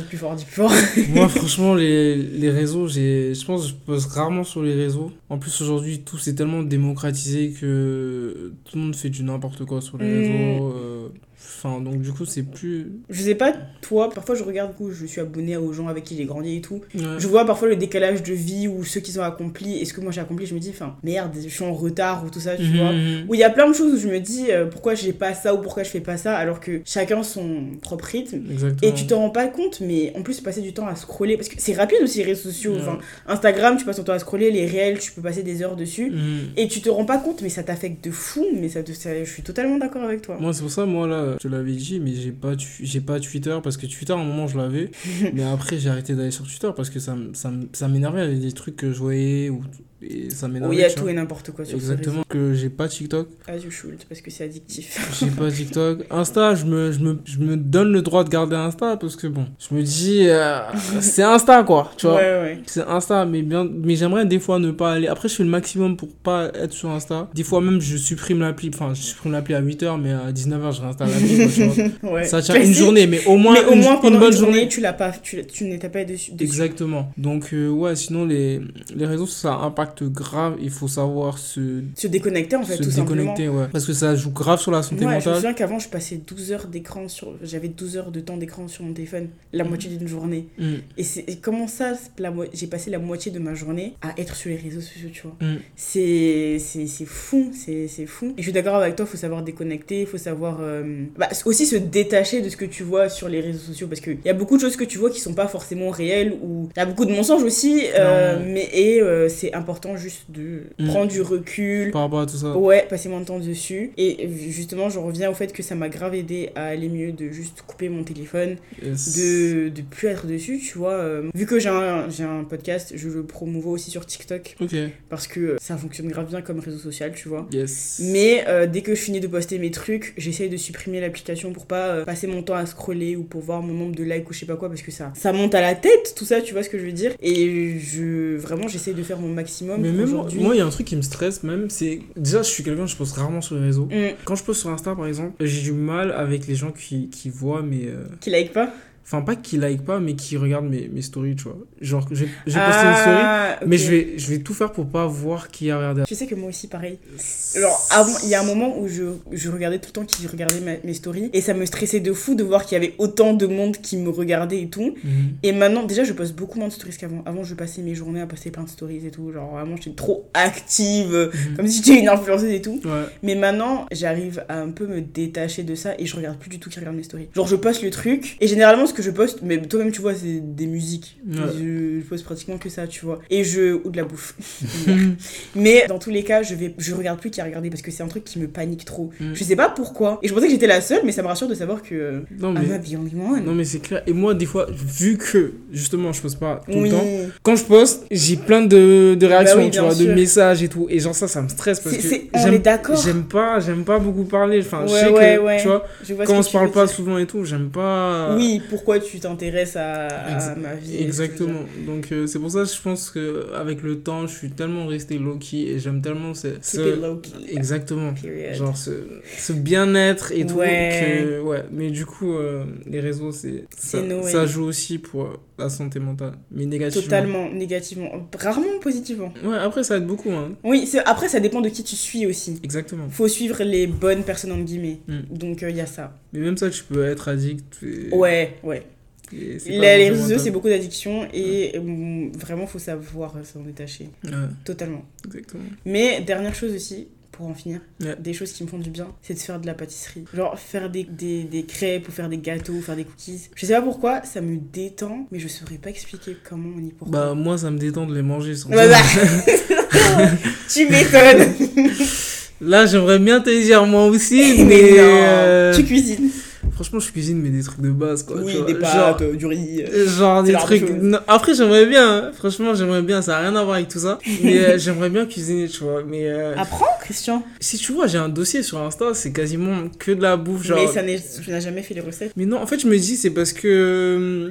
Moi, franchement, les réseaux, je pense que je poste rarement sur les réseaux. En plus, aujourd'hui, tout s'est tellement démocratisé que tout le monde fait du n'importe quoi sur les réseaux. Enfin, donc du coup, c'est plus... Je sais pas, toi, parfois je regarde, du coup, je suis abonnée aux gens avec qui j'ai grandi et tout. Ouais. Je vois parfois le décalage de vie ou ceux qu'ils ont accompli et ce que moi j'ai accompli, je me dis, enfin, merde, je suis en retard ou tout ça, tu vois. Où il y a plein de choses où je me dis, pourquoi j'ai pas ça ou pourquoi je fais pas ça, alors que chacun son propre rythme. Exactement. Et tu te rends pas compte, mais en plus, passer du temps à scroller, parce que c'est rapide aussi les réseaux sociaux. Enfin, Instagram, tu passes ton temps à scroller, les réels, tu peux passer des heures dessus. Et tu te rends pas compte, mais ça t'affecte de fou, mais je suis totalement d'accord avec toi. Moi, c'est pour ça, moi, là, je l'avais dit, mais j'ai pas Twitter, parce que Twitter, à un moment, je l'avais. Mais après, j'ai arrêté d'aller sur Twitter, parce que ça m'énervait, il y avait des trucs que je voyais, et ça m'énervait. Oui, il y a tout et n'importe quoi sur Exactement. ce réseau. Que j'ai pas TikTok. As you should, parce que c'est addictif. J'ai pas TikTok. Insta, je me donne le droit de garder Insta, parce que bon, je me dis, c'est Insta, quoi, tu vois. Ouais. C'est Insta, mais j'aimerais des fois ne pas aller. Après, je fais le maximum pour pas être sur Insta. Des fois même, je supprime l'appli à 8h, mais à 19h, je réinstalle l'appli, quoi, tu vois. Ouais. Ça tient une journée, mais au moins pendant une bonne journée. Tu n'étais pas dessus. Exactement. Donc, ouais, sinon, les réseaux, ça impacte grave. Il faut savoir se déconnecter, en fait, tout simplement. Ouais. Parce que ça joue grave sur la santé mentale. Je me souviens qu'avant, je passais 12 heures d'écran j'avais 12 heures de temps d'écran sur mon téléphone, la moitié d'une journée. Et comment ça, j'ai passé la moitié de ma journée à être sur les réseaux sociaux, tu vois. C'est fou, c'est fou. Et je suis d'accord avec toi, il faut savoir déconnecter, il faut savoir aussi se détacher de ce que tu vois sur les réseaux sociaux, parce qu'il y a beaucoup de choses que tu vois qui sont pas forcément réelles, ou il y a beaucoup de mensonges aussi, c'est important juste de prendre du recul par rapport à tout ça. Ouais, passer moins de temps dessus. Et justement, je reviens au fait que ça m'a grave aidé à aller mieux, de juste couper mon téléphone, de plus être dessus, tu vois. Vu que j'ai un podcast, je le promouvois aussi sur TikTok. Parce que ça fonctionne grave bien comme réseau social, tu vois. Mais dès que je finis de poster mes trucs, j'essaye de supprimer l'application pour pas passer mon temps à scroller ou pour voir mon nombre de likes ou je sais pas quoi, parce que ça monte à la tête, tout ça, tu vois ce que je veux dire. Et vraiment, j'essaye de faire mon maximum. Mais même moi, il y a un truc qui me stresse même, c'est... Déjà, je suis quelqu'un, je poste rarement sur les réseaux. Quand je poste sur Insta, par exemple, j'ai du mal avec les gens qui voient mes... Qui like pas. Enfin, pas qui like pas, mais qui regardent mes stories, tu vois. Genre, j'ai posté une story, mais je vais tout faire pour pas voir qui a regardé. Tu sais que moi aussi, pareil. Genre, avant, il y a un moment où je regardais tout le temps qui regardait mes stories, et ça me stressait de fou de voir qu'il y avait autant de monde qui me regardait et tout. Et maintenant, déjà, je poste beaucoup moins de stories qu'avant. Avant, je passais mes journées à poster plein de stories et tout. Genre, vraiment, j'étais trop active, comme si j'étais une influenceuse et tout. Mais maintenant, j'arrive à un peu me détacher de ça, et je regarde plus du tout qui regarde mes stories. Genre, je poste le truc, et généralement, ce ce que je poste, mais toi-même tu vois, c'est des musiques. Je poste pratiquement que ça, tu vois. Ou de la bouffe. Mais dans tous les cas, je regarde plus qui a regardé parce que c'est un truc qui me panique trop. Je sais pas pourquoi. Et je pensais que j'étais la seule, mais ça me rassure de savoir que non mais c'est clair. Et moi des fois, vu que justement je poste pas tout le temps, quand je poste, j'ai plein de réactions, tu vois, de messages et tout. Et genre ça me stresse parce que on est d'accord. J'aime pas beaucoup parler. Enfin, je sais que tu vois quand on se parle pas souvent et tout, j'aime pas. Oui, pourquoi tu t'intéresses à ma vie. Exactement. Donc c'est pour ça que je pense que avec le temps, je suis tellement resté low-key et j'aime tellement exactement. Period. Genre ce bien-être et tout que mais du coup les réseaux ça joue aussi pour la santé mentale, mais négativement. Totalement négativement, rarement positivement. Ouais, après ça aide beaucoup hein. Oui, après ça dépend de qui tu suis aussi. Exactement. Faut suivre les bonnes personnes entre guillemets. Donc il y a ça. Mais même ça tu peux être addict. Ouais. Les réseaux, c'est beaucoup d'addiction et vraiment faut savoir s'en détacher. Totalement. Exactement. Mais dernière chose aussi, pour en finir, des choses qui me font du bien, c'est de faire de la pâtisserie. Genre faire des crêpes ou faire des gâteaux ou faire des cookies. Je sais pas pourquoi, ça me détend, mais je saurais pas expliquer comment ni pourquoi. Bah moi ça me détend de les manger sans Tu m'étonnes. Là j'aimerais bien te dire moi aussi, mais tu cuisines. Franchement, je cuisine, mais des trucs de base, quoi. Oui, des pâtes, du riz. Genre des trucs... Non, après, j'aimerais bien, hein. Franchement, j'aimerais bien. Ça n'a rien à voir avec tout ça. Mais j'aimerais bien cuisiner, tu vois. Mais, apprends, Christian. Si tu vois, j'ai un dossier sur Insta, c'est quasiment que de la bouffe, genre... Mais tu n'as jamais fait les recettes. Mais non, en fait, je me dis, c'est parce que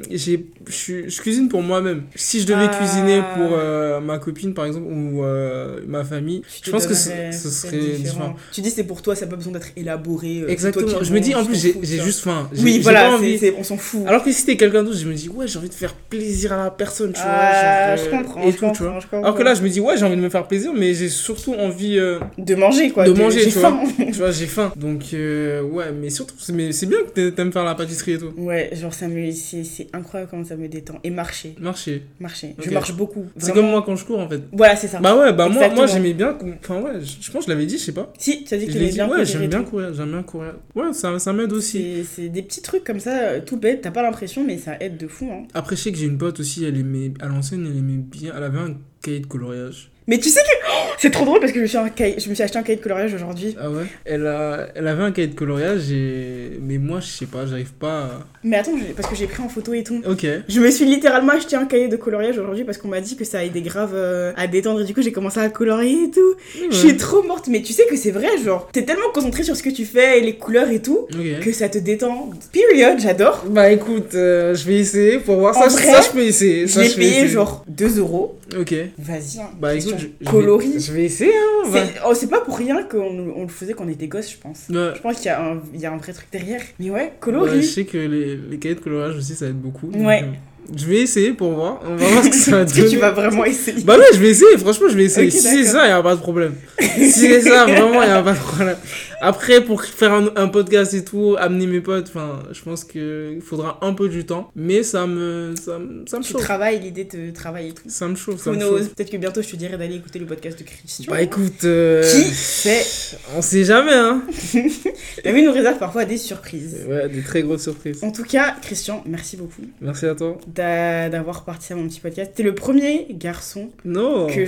je cuisine pour moi-même. Si je devais cuisiner pour ma copine, par exemple, ou ma famille, je pense que ce serait différent. Tu dis, c'est pour toi, ça n'a pas besoin d'être élaboré. Exactement. Je me dis, en plus, j'ai juste faim. Oui, voilà, on s'en fout. Alors que si c'était quelqu'un d'autre, je me dis, ouais, j'ai envie de faire plaisir à la personne, tu vois. Je comprends. Tu vois. Alors que là, je me dis, ouais, j'ai envie de me faire plaisir, mais j'ai surtout envie... de manger, quoi. J'ai faim. Tu vois, j'ai faim. Donc, ouais, mais surtout, c'est bien que t'aimes faire la pâtisserie et tout. Ouais, genre, c'est incroyable comment ça me détend. Et marcher. Okay. Je marche beaucoup. Vraiment. C'est comme moi quand je cours, en fait. Voilà, c'est ça. Bah ouais, moi, j'aimais bien... Enfin, ouais, je pense que je l'avais dit, je sais pas. Si, tu as dit que tu aimais bien courir. Ouais, j'aime bien courir. Ouais, ça m'aide aussi. C'est des petits trucs comme ça, tout bête, t'as pas l'impression, mais ça aide de fou. Hein. Après, je sais que j'ai une pote aussi, à l'ancienne, elle aimait bien, elle avait un cahier de coloriage. Mais tu sais que c'est trop drôle parce que je me suis acheté un cahier de coloriage aujourd'hui. Ah ouais. Elle avait un cahier de coloriage mais moi je sais pas, j'arrive pas à... Mais attends, parce que j'ai pris en photo et tout. Ok. Je me suis littéralement acheté un cahier de coloriage aujourd'hui parce qu'on m'a dit que ça aidait grave à détendre et du coup j'ai commencé à colorier et tout. Ouais. Je suis trop morte, mais tu sais que c'est vrai, genre t'es tellement concentré sur ce que tu fais et les couleurs et tout que ça te détend. Period, j'adore. Bah écoute, je vais essayer pour voir ça. Vrai, ça je peux essayer. Je l'ai payé genre 2€. Ok. Vas-y. Bah écoute, coloris. Je vais essayer. Hein, c'est pas pour rien qu'on le faisait quand on était gosse, je pense. Ouais. Je pense qu'il y a un vrai truc derrière. Mais ouais, coloris. Ouais, je sais que les cahiers de coloriage aussi, ça aide beaucoup. Ouais. Donc, je vais essayer pour voir. On va voir ce que ça va donner. Est-ce que tu vas vraiment essayer? Bah ouais, je vais essayer. Franchement, je vais essayer. Okay, si c'est ça, il n'y a pas de problème. Si c'est ça, vraiment, il n'y a pas de problème. Après, pour faire un podcast et tout, amener mes potes, je pense qu'il faudra un peu du temps. Mais ça me chauffe. Tu travailles, l'idée de travailler et tout. Ça me chauffe. Peut-être que bientôt, je te dirai d'aller écouter le podcast de Christian. Bah écoute... Qui sait? On sait jamais, hein. La vie nous réserve parfois des surprises. Ouais, des très grosses surprises. En tout cas, Christian, merci beaucoup. Merci à toi. D'avoir participé à mon petit podcast. T'es le premier garçon que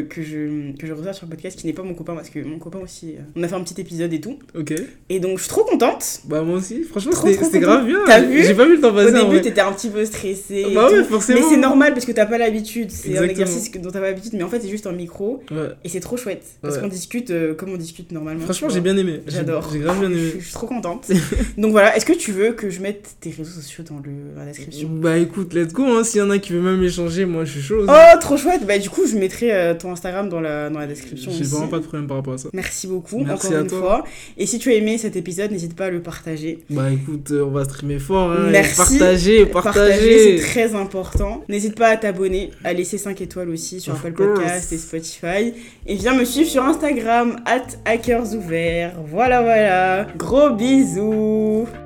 je reçois sur le podcast qui n'est pas mon copain parce que mon copain aussi, on a fait un petit épisode et tout. Ok. Et donc je suis trop contente. Bah moi aussi, franchement c'était grave bien. T'as vu? J'ai pas vu le temps passer. Au début t'étais un petit peu stressée. Bah ouais, forcément. Mais c'est normal parce que t'as pas l'habitude. C'est un exercice dont t'as pas l'habitude, mais en fait c'est juste un micro. Ouais. Et c'est trop chouette parce qu'on discute comme on discute normalement. Franchement j'ai bien aimé. J'adore. J'ai grave bien aimé. Je suis trop contente. Donc voilà, est-ce que tu veux que je mette tes réseaux sociaux dans la description? Bah écoute, let's go, hein. S'il y en a qui veut même échanger, moi je suis chaud. Oh, trop chouette. Bah du coup, je mettrai ton Instagram dans la description. J'ai vraiment pas de problème par rapport à ça. Merci beaucoup, encore une fois. Et si tu as aimé cet épisode, n'hésite pas à le partager. Bah écoute, on va streamer fort, hein. Merci. Partager, c'est très important. N'hésite pas à t'abonner, à laisser 5 étoiles aussi sur Apple Podcast et Spotify. Et viens me suivre sur Instagram, @hackersouverts. Voilà. Gros bisous.